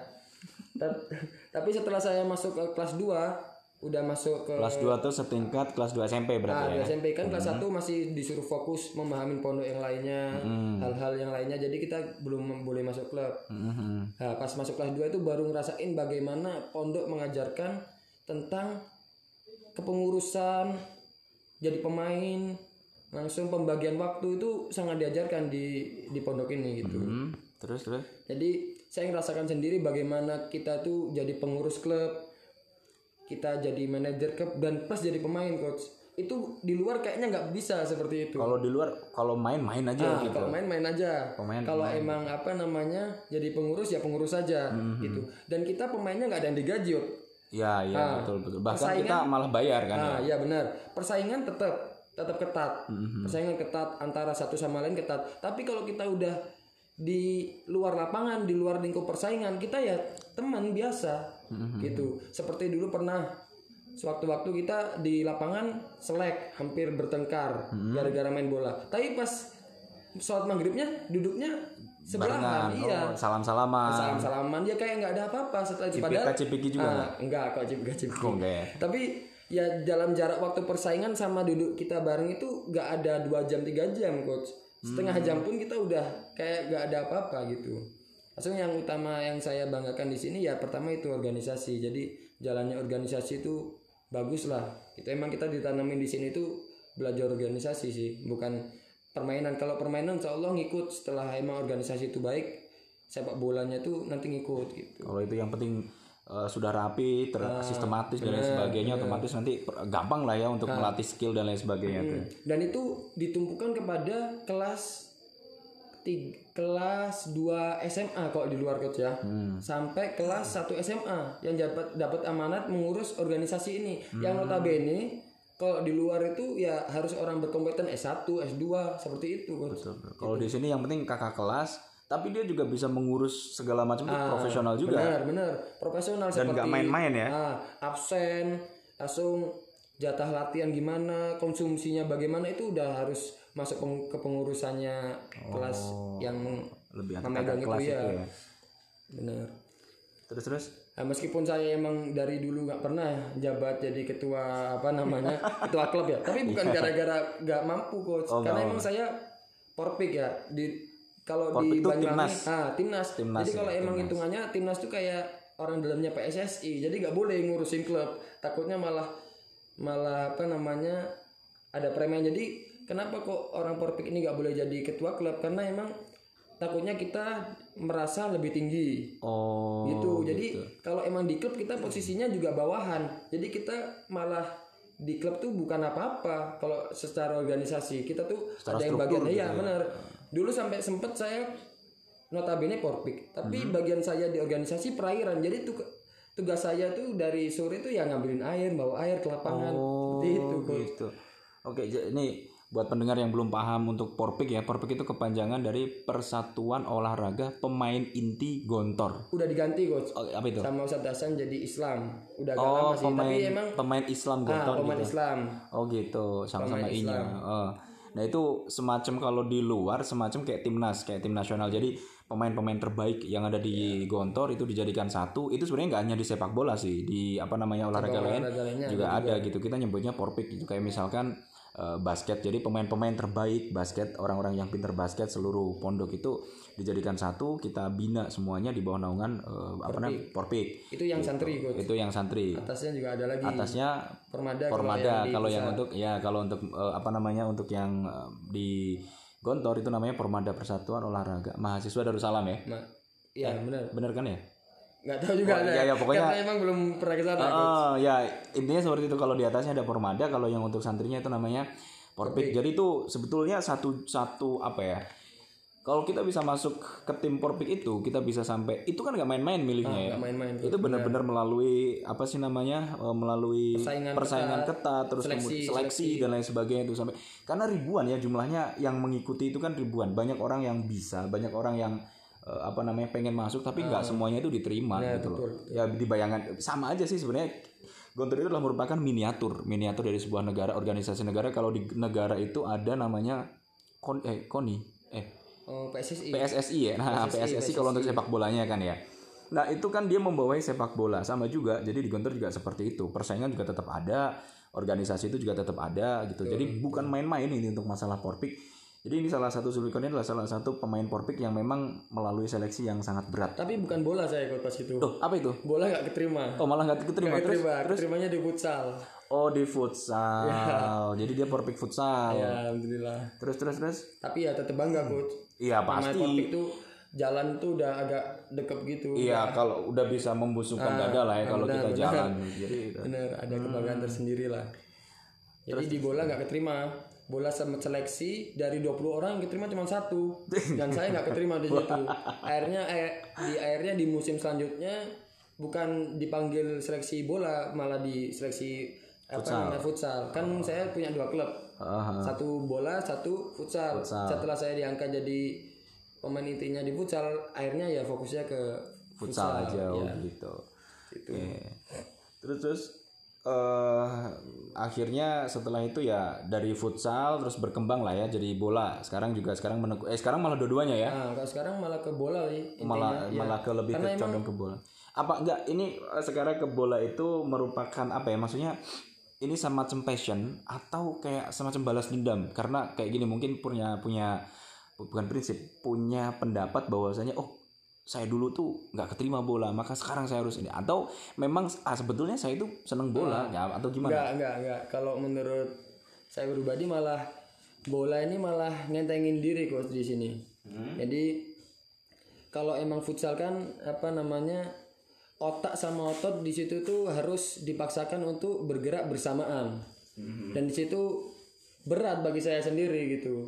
Tapi setelah saya masuk ke kelas dua, udah masuk ke kelas dua tuh setingkat kelas dua S M P berarti nah, ya. S M P kan kelas satu hmm. masih disuruh fokus memahami pondok yang lainnya, hmm. hal-hal yang lainnya. Jadi kita belum boleh masuk klub. Hmm. Nah, pas masuk kelas dua itu baru ngerasain bagaimana pondok mengajarkan tentang kepengurusan, jadi pemain, langsung pembagian waktu itu sangat diajarkan di di pondok ini gitu. Hmm, terus terus. Jadi saya ngerasakan sendiri bagaimana kita tuh jadi pengurus klub, kita jadi manajer klub dan plus jadi pemain coach. Itu di luar kayaknya nggak bisa seperti itu. Kalau di luar kalau main-main aja Nah, gitu. kalau main-main aja. Pemain- Kalau pemain. emang apa namanya jadi pengurus ya pengurus saja gitu. Dan kita pemainnya nggak ada yang digaji. Ot. Ya, ya Nah, betul betul. Bahkan persaingan- kita malah bayar kan Nah, ya. ya benar. Persaingan tetap tetap ketat. Mhm. Persaingan ketat antara satu sama lain ketat. Tapi kalau kita udah di luar lapangan, di luar lingkup persaingan, kita ya teman biasa Mhm. gitu. Seperti dulu pernah sewaktu-waktu kita di lapangan selek, hampir bertengkar Mhm. gara-gara main bola. Tapi pas sholat maghribnya duduknya sebelahan, Barengan. iya. Oh, salam-salaman. Salam-salaman ya kayak nggak ada apa-apa setelah itu. Padahal Cipika-cipiki juga Ah, enggak kok cipika-cipiki. Oh, enggak ya? Tapi ya dalam jarak waktu persaingan sama duduk kita bareng itu nggak ada dua jam tiga jam coach. Setengah Hmm. jam pun kita udah kayak nggak ada apa-apa gitu. Maksudnya yang utama yang saya banggakan di sini ya pertama itu organisasi. Jadi jalannya organisasi itu bagus lah. Itu emang kita ditanamin di sini tuh belajar organisasi sih, bukan permainan. Kalau permainan insya Allah ngikut setelah emang organisasi itu baik, sepak bolanya tuh nanti ngikut gitu. Kalau itu yang penting eh, sudah rapi, ter sistematis dan lain sebagainya, otomatis nanti per- gampang lah ya untuk melatih skill dan lain sebagainya tuh. Dan itu ditumpukan kepada kelas tiga, kelas dua S M A kalau di luar coach ya. Sampai kelas satu S M A yang dapat dapat amanat mengurus organisasi ini. Yang notabene kalau di luar itu ya harus orang berkompeten S satu, S dua seperti itu coach. Kalau di sini yang penting kakak kelas, tapi dia juga bisa mengurus segala macam tuh profesional juga. Benar, benar. Profesional Dan seperti nggak main-main ya. ah, absen, langsung jatah latihan gimana, konsumsinya bagaimana itu udah harus masuk peng- ke pengurusannya kelas yang Lebih memegang kakak itu kelas ya. itu ya. Benar. Terus terus. Nah, meskipun saya emang dari dulu nggak pernah jabat jadi ketua apa namanya ketua klub ya, tapi bukan gara-gara nggak mampu coach, Oh, karena nggak emang saya porpik ya di kalau Porpik di tuh Banyuwangi, timnas. ah timnas. Timnas Jadi ya, kalau emang timnas. hitungannya timnas tuh kayak orang dalamnya P S S I, jadi nggak boleh ngurusin klub, takutnya malah malah apa namanya ada preman. Jadi kenapa kok orang porpik ini nggak boleh jadi ketua klub? Karena emang takutnya kita merasa lebih tinggi. Oh. gitu. Jadi kalau emang di klub kita posisinya juga bawahan. Jadi kita malah di klub tuh bukan apa-apa. Kalau secara organisasi kita tuh Secara ada yang struktur bagian gitu iya ya. benar. Dulu sampai sempet saya notabene porpik, tapi bagian saya di organisasi perairan. Jadi tuh tugas saya tuh dari sore tuh ya ngambilin air, bawa air ke lapangan. Oh, Seperti itu, Coach. gitu. Oke, j- ini buat pendengar yang belum paham untuk Porpik ya. Porpik itu kepanjangan dari Persatuan Olahraga Pemain Inti Gontor. Udah diganti coach. Oh, apa itu? Sama Ustadz Hasan jadi Islam. Udah agak Oh, lama sih, pemain tapi emang pemain Islam ah, Gontor pemain gitu. Islam. Oh gitu, sama-sama Pemain I-nya. Islam. Oh. Nah itu semacam kalau di luar semacam kayak timnas, kayak tim nasional. Jadi pemain-pemain terbaik yang ada di Gontor itu dijadikan satu. Itu sebenarnya nggak hanya di sepak bola sih, di apa namanya olahraga lain olahraga lainnya juga ada gitu. Kita nyebutnya Porpik gitu. Kayak misalkan eh, basket. Jadi pemain-pemain terbaik basket, orang-orang yang pinter basket seluruh pondok itu dijadikan satu. Kita bina semuanya di bawah naungan eh, apa namanya Porpik. Itu yang santri coach. Itu yang santri. Atasnya juga ada lagi. Atasnya Permada. Pormada di kalau yang pusat. untuk ya kalau untuk eh, apa namanya untuk yang eh, di Gontor itu namanya Pormada Persatuan Olahraga Mahasiswa Darussalam ya. Ma- Iya benar. Bener kan ya? Nggak tahu juga Oh, ada. iya, iya, pokoknya- Karena emang belum pernah ke sana. coach. Oh ya intinya seperti itu. Kalau di atasnya ada Pormada, kalau yang untuk santrinya itu namanya Porpik. Jadi itu sebetulnya satu satu apa ya? Kalau kita bisa masuk ke tim Porpik itu, kita bisa sampai itu kan nggak main-main milihnya ya. Nggak main-main. coach. Itu benar-benar melalui apa sih namanya eh, melalui Persaingan persaingan ketat, ketat, terus seleksi, kemudian seleksi, seleksi. dan lain sebagainya itu sampai karena ribuan ya jumlahnya yang mengikuti itu kan ribuan, banyak orang yang bisa, banyak orang yang eh, apa namanya pengen masuk tapi nggak semuanya itu diterima Ya, gitu betul, loh ya dibayangkan sama aja sih sebenarnya. Gontor itu adalah merupakan miniatur miniatur dari sebuah negara, organisasi negara. Kalau di negara itu ada namanya kon eh koni eh Oh, P S S I. P S S I ya. Nah, P S S I kalau untuk sepak bolanya kan ya. Nah, itu kan dia membawai sepak bola sama juga. Jadi di Gontor juga seperti itu. Persaingan juga tetap ada, organisasi itu juga tetap ada gitu. Jadi bukan main-main ini untuk masalah Porpik. Jadi ini salah satu Zulfikar ini adalah salah satu pemain Porpik yang memang melalui seleksi yang sangat berat. Tapi bukan bola saya ikut pas itu. Tuh, apa itu? Bola nggak keterima. Oh, malah nggak keterima. Nggak Terus, keterima. terus Keterimanya di futsal. oh di futsal. Jadi dia Porpik futsal. Ya, alhamdulillah. Terus terus terus. Tapi ya tetap bangga coach. Iya Pemain pasti. Porpik tuh jalan tuh udah agak deket gitu. Iya, kalau udah bisa membusungkan Ah, dada lah ya kalau benar, kita benar. jalan. Jadi Bener, ada kebanggaan tersendiri lah. Jadi di bola nggak keterima. Bola sama seleksi dari dua puluh orang yang keterima cuma satu. Dan saya nggak keterima di situ. Akhirnya air, di akhirnya di musim selanjutnya bukan dipanggil seleksi bola, malah di seleksi apa namanya futsal. Kan saya punya dua klub. uh, Satu bola, satu futsal. Futsal. Setelah saya diangkat jadi pemain intinya di futsal, akhirnya ya fokusnya ke futsal aja oh, ya. gitu. Gitu. Oke. Terus terus eh akhirnya setelah itu ya dari futsal terus berkembang lah ya jadi bola. Sekarang juga sekarang menekuk eh sekarang malah dua-duanya ya. Nah, kalau sekarang malah ke bola sih. Intinya, Malah ya. malah ke lebih Karena ke condong ke bola. Apa enggak ini eh, sekarang ke bola itu merupakan apa ya? Maksudnya ini semacam passion atau kayak semacam balas dendam karena kayak gini mungkin punya punya bukan prinsip punya pendapat bahwasanya oh saya dulu tuh nggak keterima bola maka sekarang saya harus ini atau memang ah, sebetulnya saya itu seneng bola ya atau gimana? Enggak, enggak, enggak. Kalau menurut saya pribadi malah bola ini malah ngentengin diri coach di sini. Hmm. Jadi kalau emang futsal kan apa namanya otak sama otot di situ tuh harus dipaksakan untuk bergerak bersamaan. Hmm. Dan di situ berat bagi saya sendiri gitu.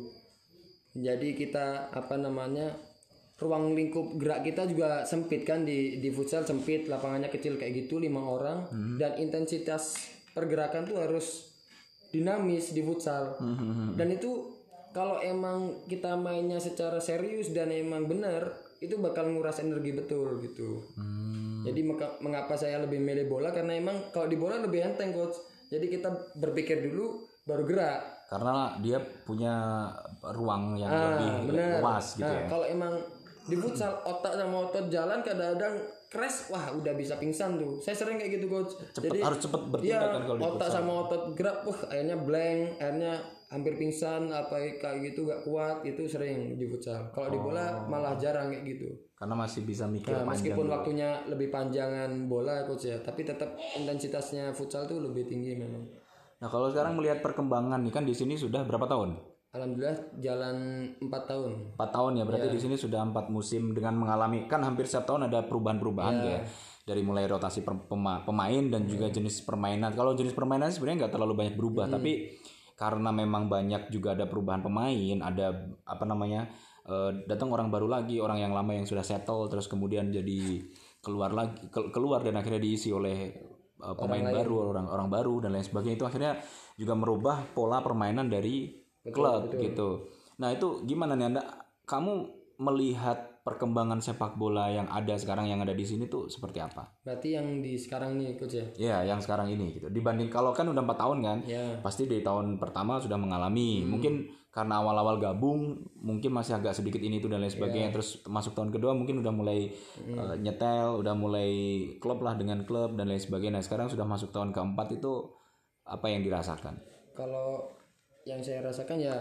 Jadi kita apa namanya ruang lingkup gerak kita juga sempit kan di di futsal sempit lapangannya kecil kayak gitu lima orang hmm. dan intensitas pergerakan tuh harus dinamis di futsal hmm. dan itu kalau emang kita mainnya secara serius dan emang benar itu bakal nguras energi betul gitu hmm. jadi maka, mengapa saya lebih milih bola karena emang kalau di bola lebih enteng coach jadi kita berpikir dulu baru gerak karena dia punya ruang yang ah, lebih bener. luas gitu nah, ya kalau emang di futsal otak sama otot jalan kadang-kadang crash wah udah bisa pingsan tuh saya sering kayak gitu coach cepet, jadi harus cepet bertindak ya, kan kalau di otak futsal. sama otot gerak wah akhirnya blank akhirnya hampir pingsan apa kayak gitu gak kuat itu sering di futsal kalau oh. di bola malah jarang kayak gitu karena masih bisa mikir nah, panjang meskipun juga. Waktunya lebih panjangan bola coach ya tapi tetap intensitasnya futsal tuh lebih tinggi memang. Nah kalau sekarang melihat perkembangan nih kan di sini sudah berapa tahun? Alhamdulillah jalan empat tahun. empat tahun ya berarti yeah. Di sini sudah empat musim dengan mengalami kan hampir setiap tahun ada perubahan-perubahan yeah. Ya dari mulai rotasi pema- pemain dan yeah. Juga jenis permainan. Kalau jenis permainan sebenarnya nggak terlalu banyak berubah mm. Tapi karena memang banyak juga ada perubahan pemain, ada apa namanya uh, datang orang baru lagi, orang yang lama yang sudah settle terus kemudian jadi keluar lagi ke- keluar dan akhirnya diisi oleh uh, pemain orang baru, orang-orang baru dan lain sebagainya itu akhirnya juga merubah pola permainan dari betul, klub betul. Gitu. Nah itu gimana nih Anda? Kamu melihat perkembangan sepak bola yang ada sekarang yang ada di sini tuh seperti apa? Berarti yang di sekarang nih coach ya? Iya yang sekarang ini gitu. Dibanding kalau kan udah empat tahun kan, ya. Pasti di tahun pertama sudah mengalami. Hmm. Mungkin karena awal-awal gabung mungkin masih agak sedikit ini itu dan lain sebagainya. Ya. Terus masuk tahun kedua mungkin udah mulai hmm. uh, nyetel, udah mulai klub lah dengan klub dan lain sebagainya. Nah, sekarang sudah masuk tahun keempat itu apa yang dirasakan? Kalau yang saya rasakan ya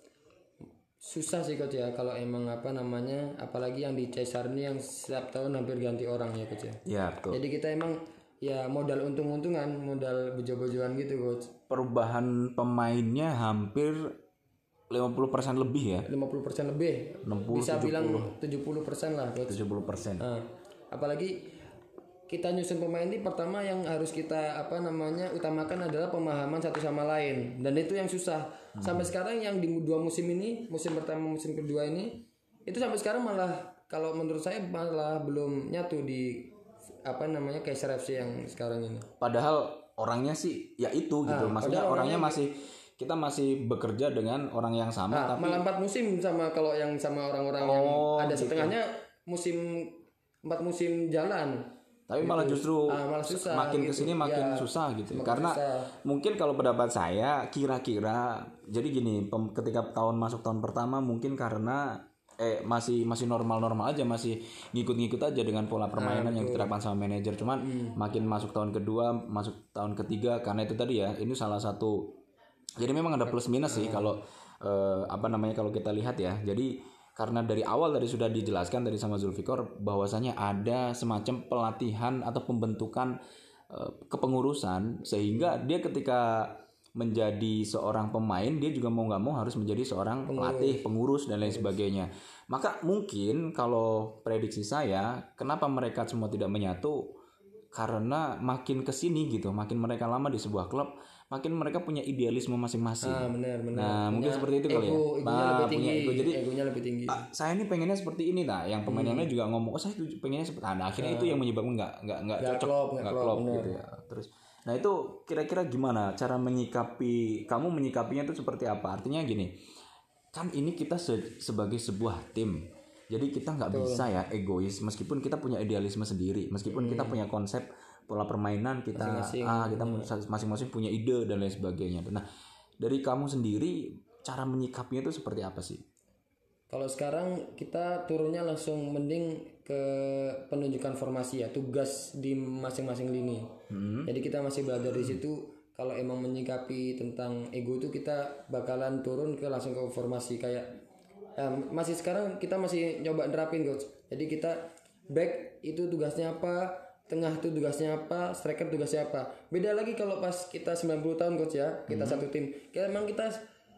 susah sih coach ya kalau emang apa namanya apalagi yang di Caesar ini yang setiap tahun hampir ganti orang ya coach ya. Iya betul. Jadi kita emang ya modal untung-untungan, modal bejo-bejoan gitu coach. Perubahan pemainnya hampir lima puluh persen lebih ya. lima puluh persen lebih. enam puluh, bisa tujuh puluh. Bilang tujuh puluh persen lah coach. tujuh puluh persen. Nah, apalagi kita nyusun pemain ini pertama yang harus kita apa namanya utamakan adalah pemahaman satu sama lain dan itu yang susah hmm. Sampai sekarang yang di dua musim ini musim pertama musim kedua ini itu sampai sekarang malah kalau menurut saya malah belum nyatu di apa namanya Caesar F C yang sekarang ini padahal orangnya sih ya itu gitu ah, maksudnya orangnya, orangnya masih kita masih bekerja dengan orang yang sama ah, tapi malah empat musim sama kalau yang sama orang-orang oh, yang ada gitu. Setengahnya musim empat musim jalan. Tapi gitu. Malah justru ah, malah susah, makin gitu. kesini makin ya, susah gitu. Karena susah. Mungkin kalau pendapat saya kira-kira jadi gini, pem, ketika tahun masuk tahun pertama mungkin karena eh masih masih normal-normal aja, masih ngikut-ngikut aja dengan pola permainan ah, yang diterapkan sama manajer. Cuman hmm. makin masuk tahun kedua, masuk tahun ketiga karena itu tadi ya, ini salah satu. Jadi memang ada plus minus sih hmm. kalau uh, apa namanya kalau kita lihat ya. Jadi karena dari awal tadi sudah dijelaskan dari sama Zulfikar bahwasanya ada semacam pelatihan atau pembentukan uh, kepengurusan sehingga dia ketika menjadi seorang pemain dia juga mau nggak mau harus menjadi seorang pelatih, pengurus dan lain sebagainya. Maka mungkin kalau prediksi saya kenapa mereka semua tidak menyatu karena makin kesini gitu, makin mereka lama di sebuah klub, makin mereka punya idealisme masing-masing. Ah, benar, benar. Nah punya mungkin seperti itu ego, kali ya. Egonya nah, lebih tinggi. Punya ego. Jadi egonya lebih tinggi. Pak, saya ini pengennya seperti ini nah. Yang pemain yang lain juga ngomong, oh saya pengennya seperti. Nah, akhirnya nah, itu yang menyebabkan nggak nggak nggak cocok, nggak klop gitu ya. Terus nah itu kira-kira gimana cara menyikapi, kamu menyikapinya itu seperti apa? Artinya gini, kan ini kita se- sebagai sebuah tim, jadi kita nggak bisa ya egois meskipun kita punya idealisme sendiri, meskipun hmm. kita punya konsep pola permainan kita, masing-masing. ah kita hmm. masing-masing punya ide dan lain sebagainya. Nah dari kamu sendiri cara menyikapinya itu seperti apa sih? Kalau sekarang kita turunnya langsung mending ke penunjukan formasi ya, tugas di masing-masing lini. Hmm. Jadi kita masih belajar di situ. Kalau emang menyikapi tentang ego itu kita bakalan turun ke langsung ke formasi kayak ya, masih sekarang kita masih coba nerapin coach. Jadi kita back itu tugasnya apa, tengah itu tugasnya apa, striker tugasnya apa. Beda lagi kalau pas kita sembilan puluh tahun coach ya, kita hmm. satu tim. Kita emang kita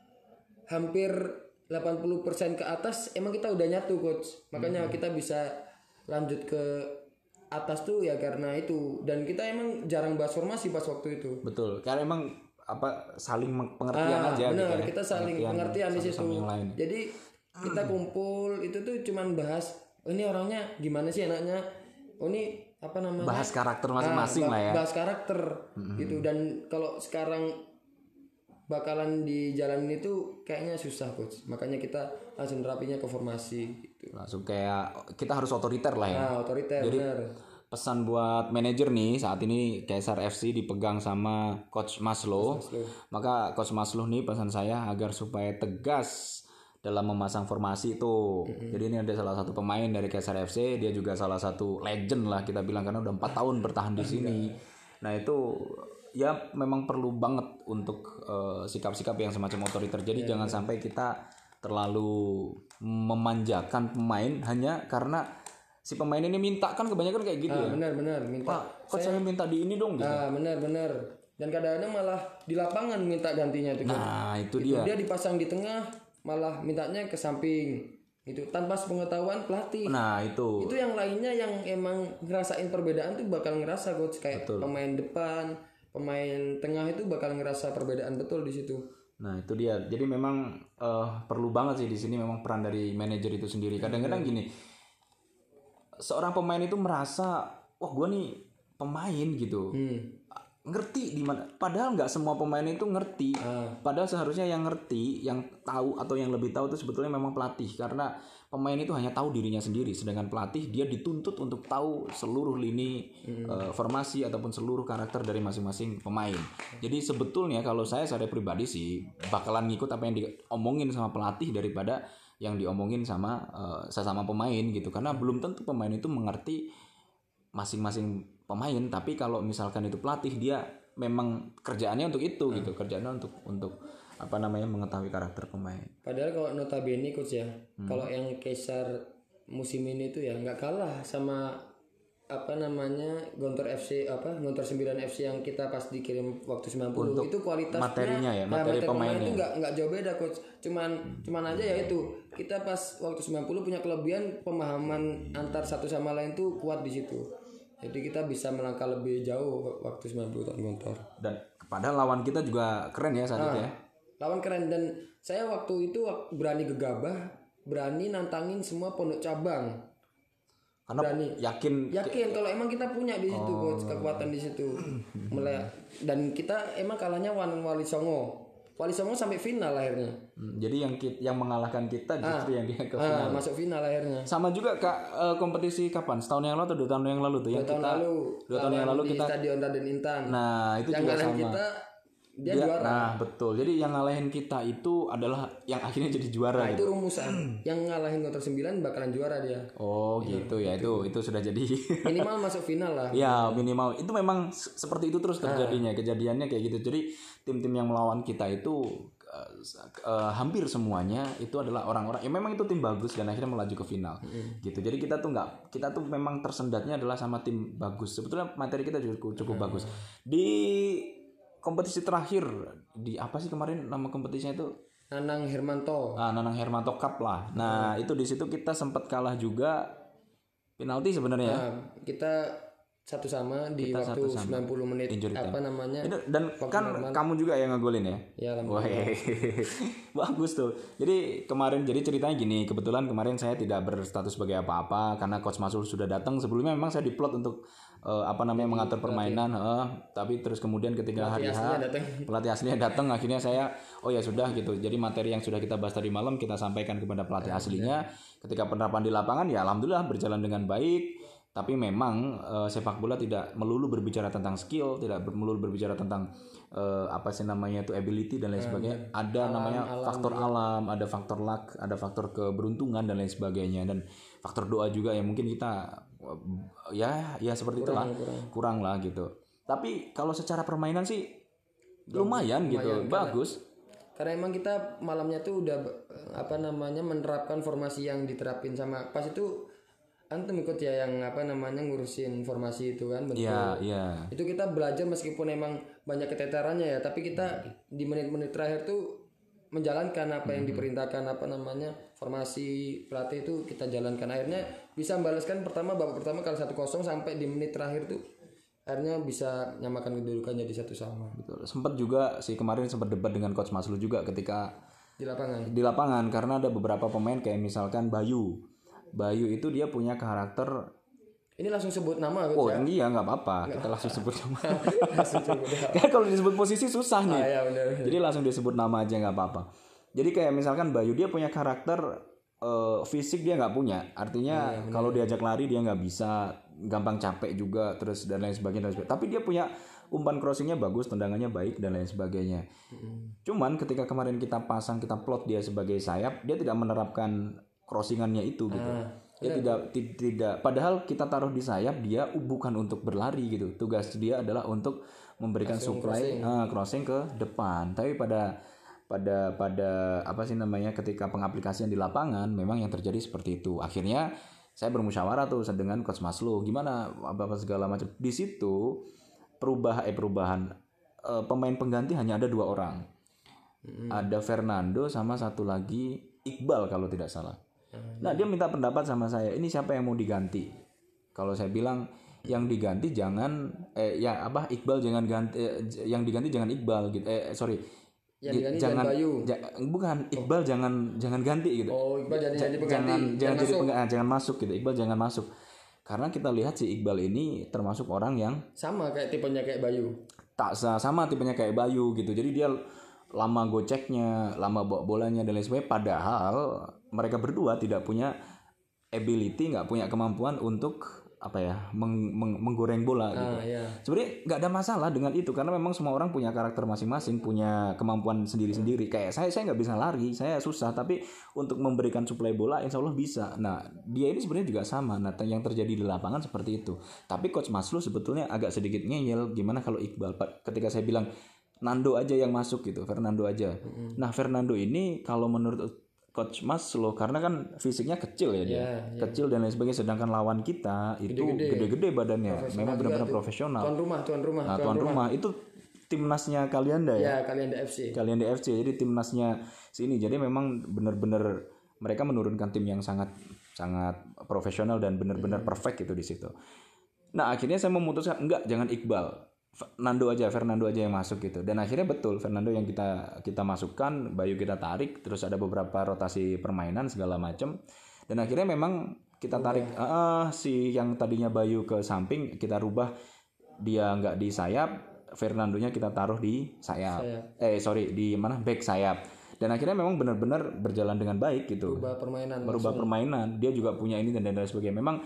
hampir delapan puluh persen ke atas emang kita udah nyatu coach. Makanya hmm. kita bisa lanjut ke atas tuh ya karena itu, dan kita emang jarang bahas formasi pas waktu itu. Betul. Karena emang apa saling pengertian ah, aja bener, gitu ya. Kita saling pengertian, pengertian di situ. Jadi kita kumpul itu tuh cuman bahas oh, ini orangnya gimana sih enaknya. Oh ini apa namanya? Bahas karakter masing-masing ah, lah ya. Bahas karakter mm-hmm. gitu, dan kalau sekarang bakalan dijalanin itu kayaknya susah coach, makanya kita langsung terapinya ke formasi gitu. Langsung kayak kita harus otoriter lah ya. Nah, otoriter. Jadi bener. Pesan buat manajer nih saat ini Kaisar F C dipegang sama Coach Maslow. Maslow. Maka Coach Maslow nih pesan saya agar supaya tegas dalam memasang formasi itu. Mm-hmm. Jadi ini ada salah satu pemain dari Kaisar F C, dia juga salah satu legend lah kita bilang karena udah empat tahun bertahan di sini. Nah itu ya memang perlu banget untuk uh, sikap-sikap yang semacam otoriter. Jadi yeah, jangan yeah. sampai kita terlalu memanjakan pemain hanya karena si pemain ini minta, kan kebanyakan kayak gitu. Ah, ya. Benar-benar minta. Pak, kok saya, saya minta di ini dong gitu. Ah, benar-benar. Dan kadang-kadang malah di lapangan minta gantinya tuh. Nah, itu, itu dia. Dia dipasang di tengah, malah mintanya ke samping. Itu tanpa sepengetahuan pelatih. Nah, itu. Itu yang lainnya yang emang ngerasain perbedaan tuh bakal ngerasa coach, kayak betul. Pemain depan, pemain tengah itu bakal ngerasa perbedaan betul di situ. Nah itu dia. Jadi memang uh, perlu banget sih di sini memang peran dari manajer itu sendiri. Kadang-kadang gini, seorang pemain itu merasa, wah gue nih pemain gitu, hmm. ngerti di mana. Padahal nggak semua pemain itu ngerti. Ah. Padahal seharusnya yang ngerti, yang tahu atau yang lebih tahu itu sebetulnya memang pelatih. Karena pemain itu hanya tahu dirinya sendiri, sedangkan pelatih dia dituntut untuk tahu seluruh lini hmm. uh, formasi ataupun seluruh karakter dari masing-masing pemain. Jadi sebetulnya kalau saya secara pribadi sih bakalan ngikut apa yang diomongin sama pelatih daripada yang diomongin sama uh, sesama pemain gitu. Karena belum tentu pemain itu mengerti masing-masing pemain, tapi kalau misalkan itu pelatih dia memang kerjaannya untuk itu hmm. gitu, kerjaannya untuk untuk apa namanya mengetahui karakter pemain. Padahal kalau notabene coach ya, hmm. kalau yang Kaisar musim ini itu ya nggak kalah sama apa namanya Gontor F C apa Gontor sembilan F C yang kita pas dikirim waktu sembilan puluh. Untuk itu kualitasnya materinya ya, materi, nah, materi pemainnya itu nggak nggak jauh beda coach. Cuman hmm. cuman aja ya itu kita pas waktu sembilan puluh punya kelebihan pemahaman antar satu sama lain tuh kuat di situ. Jadi kita bisa melangkah lebih jauh waktu sembilan puluh tahun Gontor. Dan padahal lawan kita juga keren ya saat nah, itu ya. Lawan keren, dan saya waktu itu berani gegabah, berani nantangin semua pondok cabang. Karena berani yakin yakin kalau emang kita punya di situ oh. coach, kekuatan di situ. Mulai dan kita emang kalahnya Wan Wali Songo. Wali Songo sampai final akhirnya. Hmm, jadi yang yang mengalahkan kita justru ah, yang dia ke final. Ah, masuk final akhirnya. Sama juga Kak uh, kompetisi kapan? Setahun yang lalu atau dua tahun yang lalu tuh? Dua yang tahun kita lalu. Dua tahun yang lalu kita di Stadion Raden Intan. Nah, itu yang juga sama. Kita dia, dia juara. Nah, betul. Jadi yang ngalahin kita itu adalah yang akhirnya jadi juara. Nah, gitu. Itu rumusan. Yang ngalahin Gontor sembilan bakalan juara dia. Oh, gitu ya. Itu itu sudah jadi minimal masuk final lah. Ya, minimal. Itu memang seperti itu terus terjadinya. Ah. Kejadiannya kayak gitu. Jadi tim-tim yang melawan kita itu uh, uh, hampir semuanya itu adalah orang-orang ya memang itu tim bagus dan akhirnya melaju ke final mm. gitu. Jadi kita tuh nggak kita tuh memang tersendatnya adalah sama tim bagus. Sebetulnya materi kita cukup cukup mm. bagus di kompetisi terakhir di apa sih kemarin nama kompetisinya itu Nanang Hermanto ah Nanang Hermanto Cup lah. Nah mm. itu di situ kita sempat kalah juga penalti sebenarnya. Nah, kita satu sama di kita waktu sama. sembilan puluh menit Injury apa time. namanya itu, dan kan normal. Kamu juga yang ngegolin ya ya alhamdulillah. Bagus tuh. Jadi kemarin jadi ceritanya gini, kebetulan kemarin saya tidak berstatus sebagai apa-apa karena Coach Masul sudah datang. Sebelumnya memang saya diplot untuk uh, apa namanya jadi, mengatur permainan uh, tapi terus kemudian ketika hari H pelatih aslinya datang akhirnya saya oh ya sudah gitu. Jadi materi yang sudah kita bahas tadi malam kita sampaikan kepada pelatih nah, aslinya ya. Ketika penerapan di lapangan ya alhamdulillah berjalan dengan baik. Tapi memang uh, sepak bola tidak melulu berbicara tentang skill, tidak melulu berbicara tentang uh, apa sih namanya itu ability dan lain sebagainya. Ada alam, namanya alam, faktor alam, alam, ada faktor luck, ada faktor keberuntungan dan lain sebagainya dan faktor doa juga yang mungkin kita uh, ya ya seperti kurang, itulah kurang. kurang lah gitu. Tapi kalau secara permainan sih lumayan, lumayan gitu, lumayan, bagus. Karena emang kita malamnya tuh udah apa namanya menerapkan formasi yang diterapin sama pas itu antum ikut ya yang apa namanya ngurusin formasi itu kan betul. Iya, iya. Itu kita belajar meskipun emang banyak keteterannya ya, tapi kita di menit-menit terakhir tuh menjalankan apa yang diperintahkan apa namanya formasi pelatih itu kita jalankan. Akhirnya bisa membalaskan pertama babak pertama kalau satu kosong sampai di menit terakhir tuh akhirnya bisa nyamakan kedudukannya di satu sama. Betul. Sempat juga sih kemarin sempat debat dengan Coach Maslu juga ketika di lapangan. Di lapangan karena ada beberapa pemain kayak misalkan Bayu. Bayu itu dia punya karakter. Ini langsung sebut nama gitu oh, ya? Oh iya nggak apa-apa, kita langsung sebut nama. Kan kalau disebut posisi susah nih. Ah, iya, bener, bener. Jadi langsung disebut nama aja nggak apa-apa. Jadi kayak misalkan Bayu dia punya karakter uh, fisik dia nggak punya. Artinya iya, kalau diajak lari dia nggak bisa, gampang capek juga terus dan lain sebagainya. Dan sebagainya. Tapi dia punya umpan crossingnya bagus, tendangannya baik dan lain sebagainya. Mm. Cuman ketika kemarin kita pasang kita plot dia sebagai sayap, dia tidak menerapkan crossingannya itu gitu. Ah, dia tidak tidak tidak padahal kita taruh di sayap dia bukan untuk berlari gitu. Tugas dia adalah untuk memberikan crossing, supply crossing. Uh, crossing ke depan. Tapi pada pada pada apa sih namanya ketika pengaplikasian di lapangan memang yang terjadi seperti itu. Akhirnya saya bermusyawarah tuh dengan Coach Maslu gimana apa-apa segala macam. Di situ perubahan eh perubahan uh, pemain pengganti hanya ada dua orang. Hmm. Ada Fernando sama satu lagi Iqbal kalau tidak salah. Nah dia minta pendapat sama saya, ini siapa yang mau diganti? Kalau saya bilang yang diganti jangan eh ya apa Iqbal jangan ganti eh, yang diganti jangan Iqbal gitu eh sorry yang diganti jangan Bayu ja, bukan Iqbal oh. jangan jangan ganti gitu. Oh Iqbal jadi, ja, jadi pengganti jangan jangan, jangan jadi masuk. Peng, jangan masuk gitu Iqbal jangan masuk karena kita lihat si Iqbal ini termasuk orang yang sama kayak tipenya kayak Bayu tak sama tipenya kayak Bayu gitu jadi dia lama goceknya, lama bawa bolanya dan lain sebagainya. Padahal mereka berdua tidak punya ability, nggak punya kemampuan untuk apa ya meng, meng, menggoreng bola. Ah, gitu. Iya. Sebenarnya nggak ada masalah dengan itu karena memang semua orang punya karakter masing-masing, punya kemampuan sendiri-sendiri. Kayak saya, saya nggak bisa lari, saya susah. Tapi untuk memberikan suplai bola, insya Allah bisa. Nah, dia ini sebenarnya juga sama. Nah, yang terjadi di lapangan seperti itu. Tapi Coach Maslu sebetulnya agak sedikit ngeyel. Gimana kalau Iqbal? Ketika saya bilang Nando aja yang masuk gitu, Fernando aja. Mm-hmm. Nah Fernando ini kalau menurut Coach Maslo karena kan fisiknya kecil ya dia, yeah, yeah. kecil dan lain sebagainya. Sedangkan lawan kita itu gede-gede, gede-gede badannya, memang benar-benar profesional. Tuan rumah, tuan rumah. Nah, tuan, tuan rumah. rumah itu timnasnya Kalianda ya. Ya Kalianda F C. Kalianda F C, jadi timnasnya sini. Jadi memang benar-benar mereka menurunkan tim yang sangat sangat profesional dan benar-benar mm-hmm. perfect itu di situ. Nah akhirnya saya memutuskan enggak, jangan Iqbal. Nando aja, Fernando aja yang masuk gitu. Dan akhirnya betul Fernando yang kita kita masukkan, Bayu kita tarik, terus ada beberapa rotasi permainan segala macam. Dan akhirnya memang kita tarik uh, si yang tadinya Bayu ke samping kita rubah dia nggak di sayap, Fernandonya kita taruh di sayap. sayap. Eh sorry di mana back sayap. Dan akhirnya memang benar-benar berjalan dengan baik gitu. Berubah permainan. Berubah langsung. permainan. Dia juga punya ini dan lain sebagainya. Memang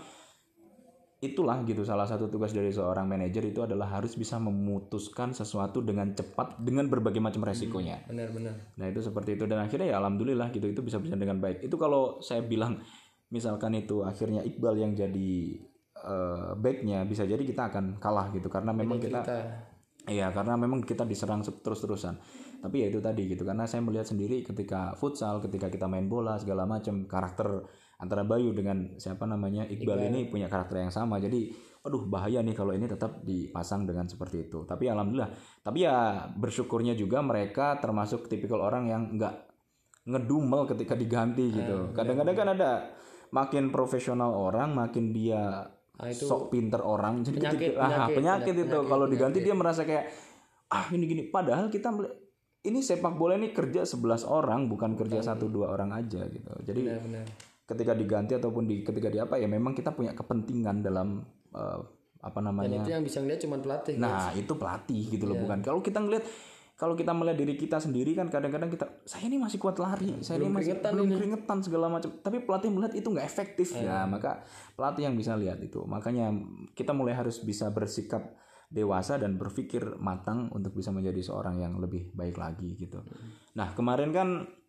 itulah gitu salah satu tugas dari seorang manajer itu adalah harus bisa memutuskan sesuatu dengan cepat dengan berbagai macam resikonya. Benar-benar. Nah itu seperti itu dan akhirnya ya alhamdulillah gitu itu bisa berjalan dengan baik. Itu kalau saya bilang misalkan itu akhirnya Iqbal yang jadi uh, backnya bisa jadi kita akan kalah gitu karena memang kita, kita iya karena memang kita diserang terus-terusan. Tapi ya itu tadi gitu, karena saya melihat sendiri ketika futsal, ketika kita main bola segala macam, karakter antara Bayu dengan siapa namanya Iqbal, Iqbal ini punya karakter yang sama. Jadi aduh bahaya nih kalau ini tetap dipasang dengan seperti itu. Tapi alhamdulillah, tapi ya bersyukurnya juga mereka termasuk tipikal orang yang enggak ngedumel ketika diganti gitu. Kadang-kadang kan ada makin profesional orang, makin dia Nah, itu sok pinter orang, jadi penyakit, ketika, ah, penyakit, penyakit, penyakit itu kalau diganti penyakit. dia merasa kayak ah ini gini. Padahal kita meli- ini sepak bola ini kerja sebelas orang, bukan kerja satu dua orang aja gitu. Jadi Benar-benar. ketika diganti ataupun di ketika di apa ya, memang kita punya kepentingan dalam uh, apa Dan namanya. itu yang bisa ngeliat cuma pelatih. Nah itu pelatih gitu loh, bukan kalau kita ngeliat, kalau kita melihat diri kita sendiri kan kadang-kadang kita, saya ini masih kuat lari, saya Belum ini masih keringetan belum ini. keringetan segala macam, tapi pelatih melihat itu nggak efektif ya, maka pelatih yang bisa lihat itu. Makanya kita mulai harus bisa bersikap dewasa dan berpikir matang untuk bisa menjadi seorang yang lebih baik lagi gitu. Nah kemarin kan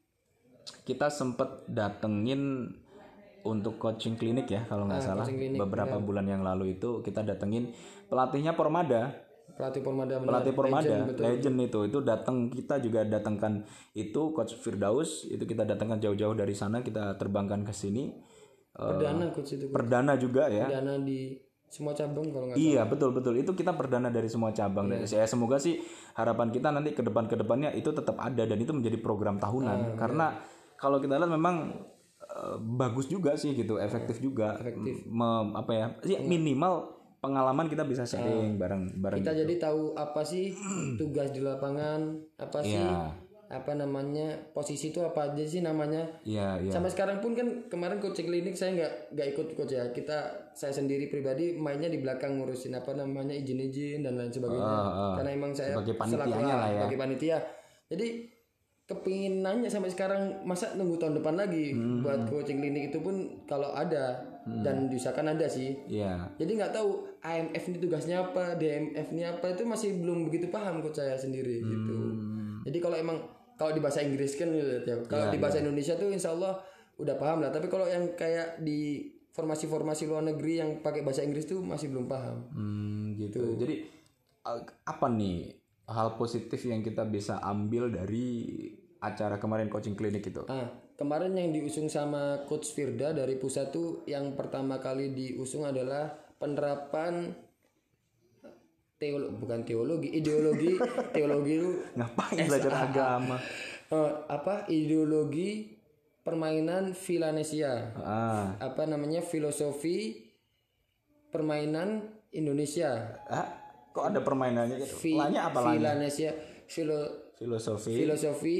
kita sempet datengin untuk coaching klinik ya kalau nggak Ah, salah, coaching klinik, beberapa bulan yang lalu itu kita datengin pelatihnya Pormada. Pelatih Pormada benar. Pelatih Pormada, Legend, betul. legend itu, itu datang, kita juga datangkan itu Coach Firdaus, itu kita datangkan jauh-jauh dari sana, kita terbangkan ke sini. Eh, Perdana coach itu. perdana juga ya. Perdana di semua cabang kalau nggak Iya betul betul, itu kita perdana dari semua cabang. Dan saya semoga sih harapan kita nanti ke depan ke depannya itu tetap ada dan itu menjadi program tahunan. Karena kalau kita lihat memang eh, bagus juga sih gitu, efektif juga. Efektif. Mem- apa ya? Ya, minimal pengalaman kita bisa sharing bareng bareng. kita jadi tahu apa sih tugas di lapangan, apa sih Iya. apa namanya posisi itu apa aja sih namanya. Iya iya. Sampai sekarang pun kan kemarin coaching klinik saya nggak nggak ikut coach ya, kita saya sendiri pribadi mainnya di belakang ngurusin apa namanya izin-izin dan lain sebagainya. Ah, ah. Karena emang saya Sebagai panitianya selaku- lah ya. sebagai panitia. Jadi kepingin nanya sampai sekarang, masa nunggu tahun depan lagi Hmm. buat coaching klinik itu pun kalau ada dan diusahakan ada sih. Iya. Jadi nggak tahu A M F ini tugasnya apa, D M F ini apa, itu masih belum begitu paham coach saya sendiri gitu. Jadi kalau emang kalau di bahasa Inggris kan gitu ya. Kalau di bahasa Indonesia tuh insya Allah udah paham lah. Tapi kalau yang kayak di formasi-formasi luar negeri yang pakai bahasa Inggris tuh masih belum paham. Hmm, gitu. Jadi uh, apa nih hal positif yang kita bisa ambil dari acara kemarin coaching klinik itu? Ah, kemarin yang diusung sama Coach Firda dari pusat tuh yang pertama kali diusung adalah penerapan teologi, bukan teologi, ideologi, teologi itu Ngapain belajar agama? eh, apa ideologi permainan Villanesia. Ah, Apa namanya filosofi permainan Indonesia. ah, kok ada permainannya gitu? Vi- Lanya apa lanya? Villanesia filo Filosofi. filosofi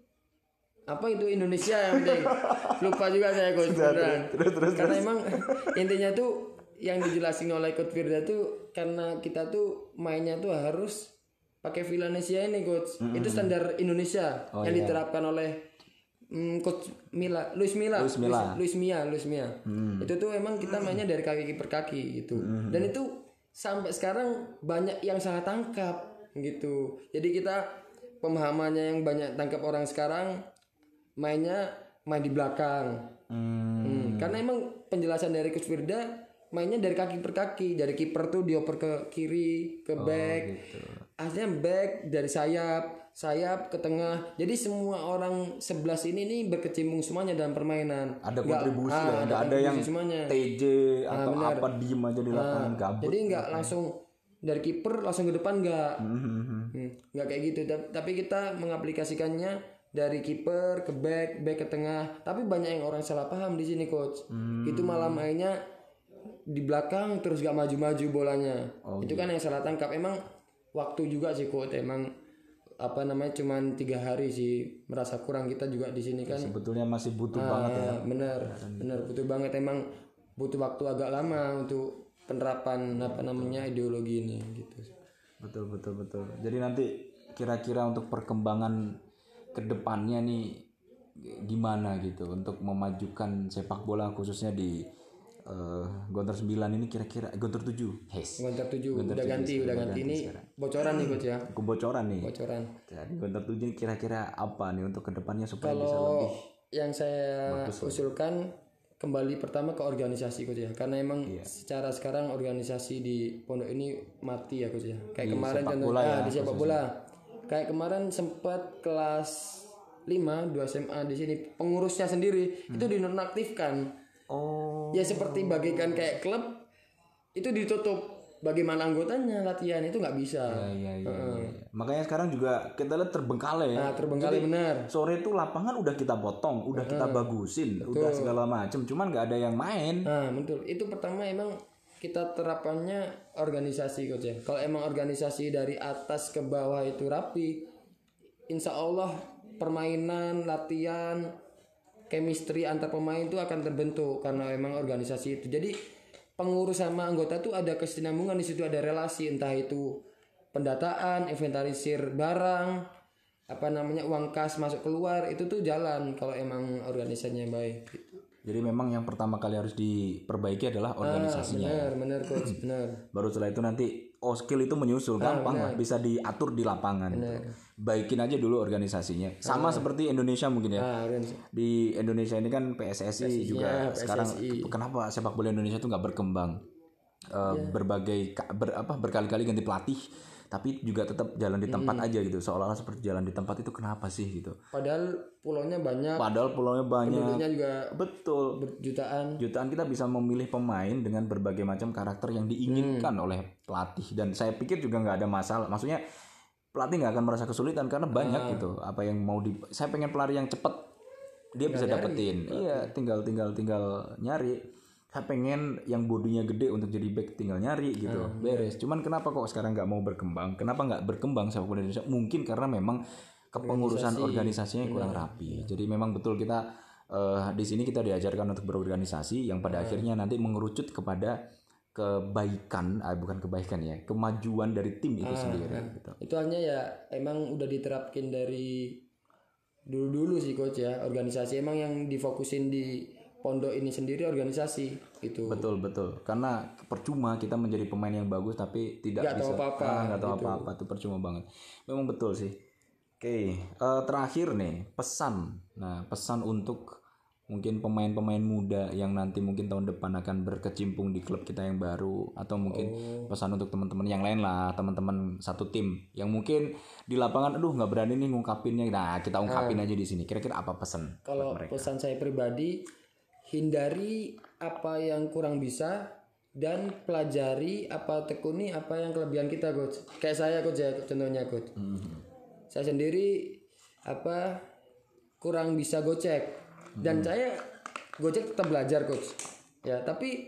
apa itu Indonesia yang penting lupa juga saya coach beneran. terus, terus, Karena emang intinya tuh yang dijelasin oleh Coach Firda tuh karena kita tuh mainnya tuh harus pakai Villanesia ini coach. Itu standar Indonesia Oh, yang iya. diterapkan oleh mm, Coach Mila, Luis Mila, Luis Milla. Luis, Luis Mia, Luis Mia. Itu tuh emang kita mainnya dari kaki per kaki gitu. Dan itu sampai sekarang banyak yang salah tangkap gitu. Jadi kita pemahamannya yang banyak tangkap orang sekarang mainnya main di belakang. Hmm, Hmm, Karena emang penjelasan dari Coach Firda mainnya dari kaki per kaki, dari kiper tuh dioper ke kiri, ke back. gitu. Aslinya back dari sayap, sayap ke tengah. Jadi semua orang sebelas ini nih berkecimpung semuanya dalam permainan. Ada Nggak- kontribusi ah, ya, nggak ada yang kontribusi semuanya. T J atau benar. apa diem aja di lapangan gabut. Jadi nggak langsung dari kiper langsung ke depan nggak. Hmm, Hmm, nggak kayak gitu. Ta- Tapi kita mengaplikasikannya dari kiper ke back, back ke tengah. Tapi banyak yang orang salah paham di sini coach. Hmm. Itu malah mainnya di belakang terus gak maju-maju bolanya. Oh, Itu kan yang salah tangkap. Emang waktu juga sih coach. Emang apa namanya cuman tiga hari sih, merasa kurang kita juga di sini kan. Sebetulnya masih butuh banget ya. Ah, bener, bener butuh banget. Emang butuh waktu agak lama untuk penerapan apa namanya ideologi ini gitu. Betul betul betul. Jadi nanti kira-kira untuk perkembangan kedepannya nih gimana gitu untuk memajukan sepak bola khususnya di eh, Gontor sembilan ini, kira-kira Gontor tujuh. Yes. Gontor tujuh Gontor udah tujuh ganti, sudah udah ganti ganti ini sekarang. bocoran nih coach ya. Kebocoran nih. Bocoran. Jadi Gontor tujuh ini kira-kira apa nih untuk kedepannya supaya bisa Kalau lebih yang saya usulkan kembali pertama ke organisasi coach ya, karena emang Iya. secara sekarang organisasi di pondok ini mati ya coach ya. Kayak Di kemarin sepak contohnya bola ya, ah, di sepak bola. kayak kemarin sempat kelas lima dua S M A di sini pengurusnya sendiri hmm. itu dinonaktifkan. Oh. Ya seperti bagikan kayak klub itu ditutup. Bagaimana anggotanya latihan itu nggak bisa. Iya, iya, iya, uh. iya. Makanya sekarang juga kita lihat terbengkalai ya. Nah, terbengkalai benar. Sore itu lapangan udah kita potong, udah uh. kita bagusin, betul. Udah segala macam, cuman nggak ada yang main. Nah, betul. Itu pertama emang kita terapannya organisasi coach ya. Kalau emang organisasi dari atas ke bawah itu rapi, insya Allah permainan, latihan, chemistry antar pemain itu akan terbentuk karena emang organisasi itu. Jadi pengurus sama anggota tuh ada kesinambungan, di situ ada relasi, entah itu pendataan, inventarisir barang, apa namanya uang kas masuk keluar, itu tuh jalan kalau emang organisasinya baik gitu. Jadi memang yang pertama kali harus diperbaiki adalah organisasinya. Ah, benar, benar coach, benar. Baru setelah itu nanti oh skill itu menyusul, gampang ah, lah, bisa diatur di lapangan. Gitu. Baikin aja dulu organisasinya. Sama ah. seperti Indonesia mungkin ya. Ah, di Indonesia ini kan P S S I P S I juga P S S I. Sekarang kenapa sepak bola Indonesia itu nggak berkembang? Uh, yeah. Berbagai ber, apa berkali-kali ganti pelatih. Tapi juga tetap jalan di tempat hmm. aja gitu, seolah-olah seperti jalan di tempat itu kenapa sih gitu? Padahal pulaunya banyak. Padahal pulaunya banyak. Penduduknya juga betul. Berjutaan. Jutaan kita bisa memilih pemain dengan berbagai macam karakter yang diinginkan hmm. oleh pelatih, dan saya pikir juga nggak ada masalah. Maksudnya pelatih nggak akan merasa kesulitan karena banyak ah. gitu. Apa yang mau di, saya pengen pelari yang cepat, dia tinggal bisa dapetin. Nyari. Iya, tinggal tinggal tinggal nyari. Saya pengen yang bodinya gede untuk jadi back, tinggal nyari gitu, hmm, beres. Cuman kenapa kok sekarang nggak mau berkembang? Kenapa nggak berkembang sepak bola Indonesia? Mungkin karena memang kepengurusan Organisasi. organisasinya kurang rapi. Jadi memang betul kita uh, di sini kita diajarkan untuk berorganisasi, yang pada hmm. akhirnya nanti mengerucut kepada kebaikan, ah, bukan kebaikan ya, kemajuan dari tim itu ah, sendiri. Nah. Gitu. Itu hanya ya emang udah diterapkin dari dulu-dulu sih coach ya, organisasi emang yang difokusin di pondok ini sendiri organisasi gitu. Betul betul. Karena percuma kita menjadi pemain yang bagus tapi tidak gak bisa apa-apa. Ah, gak tahu gitu. apa-apa, itu percuma banget. Memang betul sih. Oke, okay. uh, terakhir nih pesan. Nah pesan untuk mungkin pemain-pemain muda yang nanti mungkin tahun depan akan berkecimpung di klub kita yang baru, atau mungkin oh. pesan untuk teman-teman yang lain lah, teman-teman satu tim yang mungkin di lapangan aduh nggak berani nih ngungkapinnya. Nah kita ungkapin nah. aja di sini. Kira-kira apa pesan? Kalau pesan saya pribadi, hindari apa yang kurang bisa dan pelajari apa tekuni apa yang kelebihan kita coach. Kayak saya coach ya, contohnya coach. Mm-hmm. Saya sendiri apa kurang bisa gocek dan mm-hmm. saya gocek tetap belajar coach. Ya tapi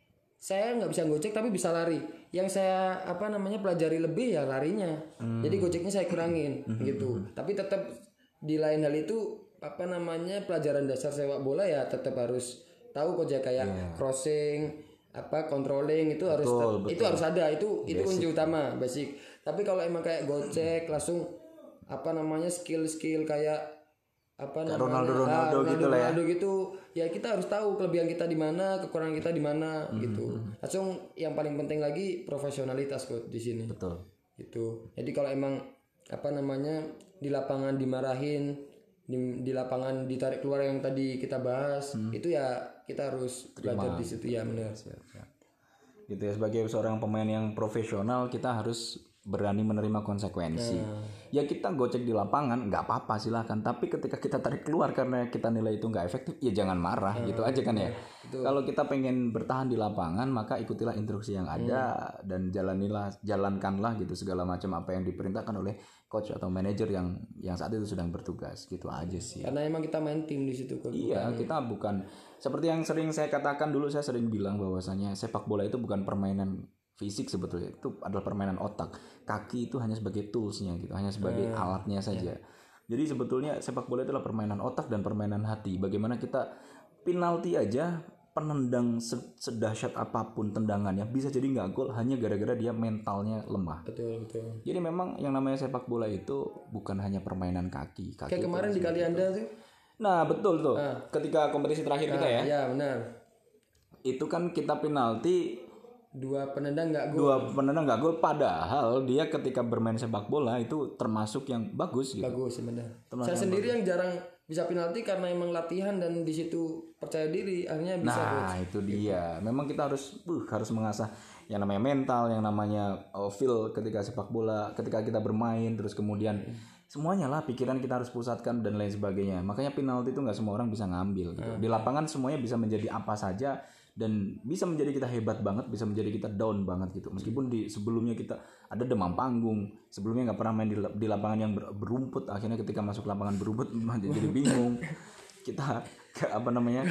saya nggak bisa gocek tapi bisa lari. Yang saya apa namanya pelajari lebih ya larinya. Mm-hmm. Jadi goceknya saya kurangin mm-hmm. gitu. Tapi tetap di lain hal itu apa namanya pelajaran dasar sepak bola ya tetap harus tahu kok ya, kayak yeah. crossing, apa controlling itu betul, harus ter, betul. itu harus ada, itu basic. Itu kunci utama basic. Tapi kalau emang kayak gocek langsung apa namanya skill-skill kayak apa namanya Ronaldo Ronaldo, ah, Ronaldo gitu lah ya. Ronaldo gitu ya kita harus tahu kelebihan kita di mana, kekurangan kita di mana mm-hmm. gitu. Langsung yang paling penting lagi profesionalitas kok di sini. Betul. Gitu. Jadi kalau emang apa namanya di lapangan dimarahin, di, di lapangan ditarik keluar yang tadi kita bahas hmm. itu ya kita harus terima. Belajar di situ ya benar. Gitu ya, sebagai seorang pemain yang profesional kita harus berani menerima konsekuensi. Nah. Ya kita gocek di lapangan nggak apa-apa silahkan, tapi ketika kita tarik keluar karena kita nilai itu nggak efektif ya jangan marah nah, gitu aja kan ya. Betul. Kalau kita pengen bertahan di lapangan maka ikutilah instruksi yang ada hmm. dan jalanilah jalankanlah gitu segala macam apa yang diperintahkan oleh coach atau manajer yang yang saat itu sedang bertugas, gitu aja sih. Karena emang kita main tim di situ kan. Iya, kita bukan seperti yang sering saya katakan dulu, saya sering bilang bahwasanya sepak bola itu bukan permainan fisik sebetulnya, itu adalah permainan otak. Kaki itu hanya sebagai toolsnya gitu, hanya sebagai hmm. alatnya saja. Yeah. Jadi sebetulnya sepak bola itu adalah permainan otak dan permainan hati. Bagaimana kita penalti aja, penendang sedahsyat apapun tendangannya bisa jadi nggak gol hanya gara-gara dia mentalnya lemah. Betul betul. Jadi memang yang namanya sepak bola itu bukan hanya permainan kaki. kaki Kayak kemarin di Kalianda tuh. Nah betul tuh. Ah. Ketika kompetisi terakhir ah, kita ya. Iya benar. Itu kan kita penalti dua penendang nggak gol. Dua penendang nggak gol. Padahal dia ketika bermain sepak bola itu termasuk yang bagus gitu. Bagus benar. Saya sendiri bagus. Yang jarang bisa penalti karena emang latihan dan di situ percaya diri akhirnya bisa. Nah coach. itu dia. Memang kita harus uh, harus mengasah yang namanya mental, yang namanya uh, feel ketika sepak bola, ketika kita bermain, terus kemudian semuanya lah pikiran kita harus pusatkan dan lain sebagainya. Makanya penalti itu nggak semua orang bisa ngambil. Gitu. Di lapangan semuanya bisa menjadi apa saja dan bisa menjadi kita hebat banget, bisa menjadi kita down banget gitu. Meskipun di sebelumnya kita ada demam panggung, sebelumnya nggak pernah main di, di lapangan yang ber, berumput, akhirnya ketika masuk lapangan berumput jadi bingung. Kita apa namanya?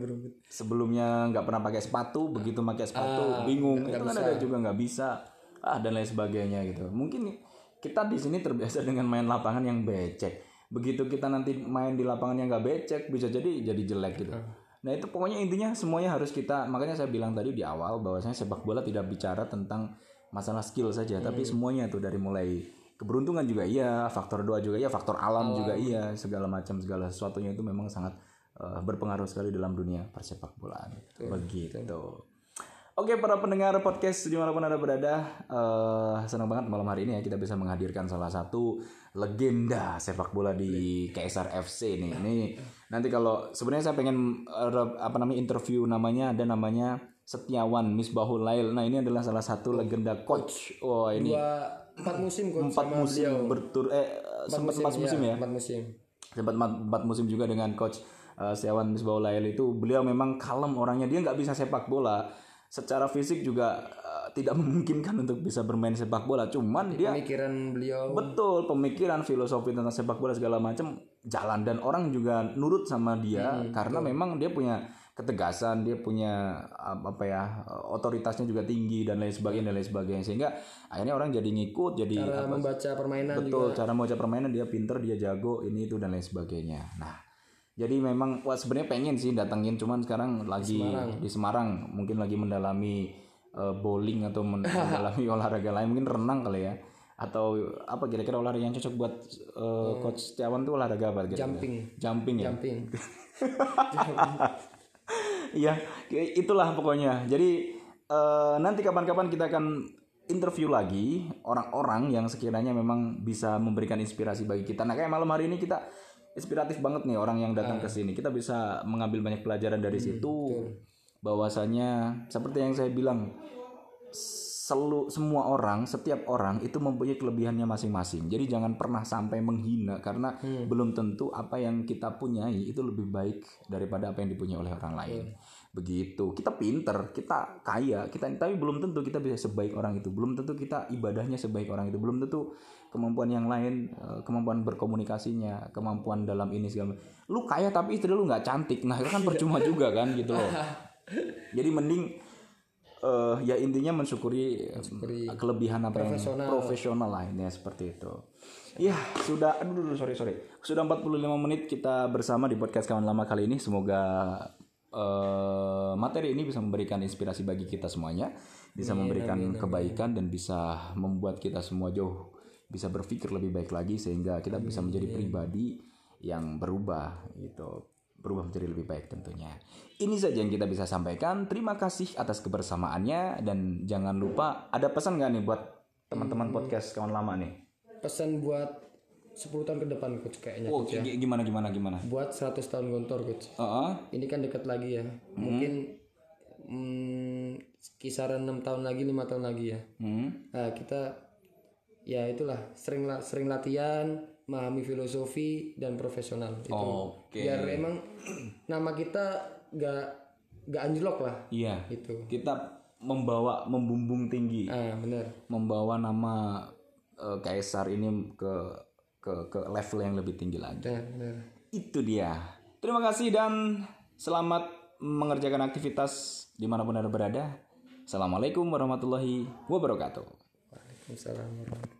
Sebelumnya nggak pernah pakai sepatu, begitu pakai sepatu ah, bingung. Itu kan ada juga nggak bisa ah dan lain sebagainya gitu. Mungkin kita di sini terbiasa dengan main lapangan yang becek. Begitu kita nanti main di lapangan yang nggak becek, bisa jadi jadi jelek gitu. Nah itu pokoknya intinya semuanya harus kita, makanya saya bilang tadi di awal bahwasanya sepak bola tidak bicara tentang masalah skill saja, hmm. tapi semuanya tuh dari mulai keberuntungan juga iya, faktor doa juga iya, faktor alam, alam. juga iya, segala macam segala sesuatunya itu memang sangat uh, berpengaruh sekali dalam dunia persepak bolaan. Begitu. Betul. Oke para pendengar podcast dimanapun anda berada, uh, senang banget malam hari ini ya kita bisa menghadirkan salah satu legenda sepak bola di K S R F C nih. Ini nanti kalau sebenarnya saya pengen uh, apa namanya interview namanya ada namanya Setiawan Misbahul Lail. Nah ini adalah salah satu legenda coach. Oh ini Dua, empat musim coach empat musim bertur eh sempat empat musim ya. Empat musim. Sempat empat musim juga dengan coach uh, Setiawan Misbahul Lail itu beliau memang kalem orangnya, dia nggak bisa sepak bola. Secara fisik juga uh, tidak memungkinkan untuk bisa bermain sepak bola, cuman Di dia pemikiran beliau betul pemikiran filosofi tentang sepak bola segala macam jalan dan orang juga nurut sama dia hmm, karena betul. Memang dia punya ketegasan, dia punya apa ya otoritasnya juga tinggi dan lain sebagainya dan lain sebagainya sehingga akhirnya orang jadi ngikut, jadi cara apa, membaca permainan betul juga. Cara membaca permainan dia pinter, dia jago ini itu dan lain sebagainya. Nah jadi memang wah sebenarnya pengen sih datengin, cuman sekarang lagi Semarang. di Semarang mungkin lagi mendalami uh, bowling atau mendalami olahraga lain, mungkin renang kali ya, atau apa kira-kira olahraga yang cocok buat uh, hmm. coach Setiawan tuh olahraga apa kira-kira? Jumping. Jumping ya. Jumping. Iya, itulah pokoknya. Jadi uh, nanti kapan-kapan kita akan interview lagi orang-orang yang sekiranya memang bisa memberikan inspirasi bagi kita. Nah kayak malam hari ini kita inspiratif banget nih orang yang datang ah. ke sini. Kita bisa mengambil banyak pelajaran dari hmm, situ. Betul. Bahwasanya seperti yang saya bilang, selu, semua orang, setiap orang itu mempunyai kelebihannya masing-masing. Jadi jangan pernah sampai menghina karena hmm. belum tentu apa yang kita punyai itu lebih baik daripada apa yang dipunyai oleh orang lain. Hmm. Begitu. Kita pinter, kita kaya, kita tapi belum tentu kita bisa sebaik orang itu. Belum tentu kita ibadahnya sebaik orang itu. Belum tentu kemampuan yang lain, kemampuan berkomunikasinya, kemampuan dalam ini segala. Lu kaya tapi istri lu nggak cantik, nah itu kan percuma juga kan gitu loh. Jadi mending uh, ya intinya mensyukuri, mensyukuri kelebihan apa profesional. yang profesional lah ini ya, seperti itu. Ya sudah, aduh sorry sorry, sudah empat puluh lima menit kita bersama di podcast Kawan Lama kali ini. Semoga uh, materi ini bisa memberikan inspirasi bagi kita semuanya, bisa amin, memberikan amin, amin. kebaikan dan bisa membuat kita semua jauh bisa berpikir lebih baik lagi sehingga kita bisa menjadi pribadi yang berubah gitu, berubah menjadi lebih baik tentunya. Ini saja yang kita bisa sampaikan. Terima kasih atas kebersamaannya dan jangan lupa, ada pesan nggak nih buat teman-teman podcast Kawan Lama nih? Pesan buat sepuluh tahun ke depan coach kayaknya. Oh, coach, ya. gimana gimana gimana? Buat seratus tahun Gontor coach. Uh-huh. Ini kan dekat lagi ya. Hmm. Mungkin hmm, kisaran enam tahun lagi, lima tahun lagi ya. Hmm. Nah, kita ya itulah sering sering latihan, memahami filosofi dan profesional itu. Oke. Biar emang nama kita gak gak anjlok lah. Iya. Itu. Kita membawa membumbung tinggi. Ah, benar. Membawa nama uh, K S R ini ke ke ke level yang lebih tinggi lagi. Benar, benar. Itu dia. Terima kasih dan selamat mengerjakan aktivitas dimanapun anda berada. Assalamualaikum warahmatullahi wabarakatuh. Waalaikumsalam warahmatullahi wabarakatuh.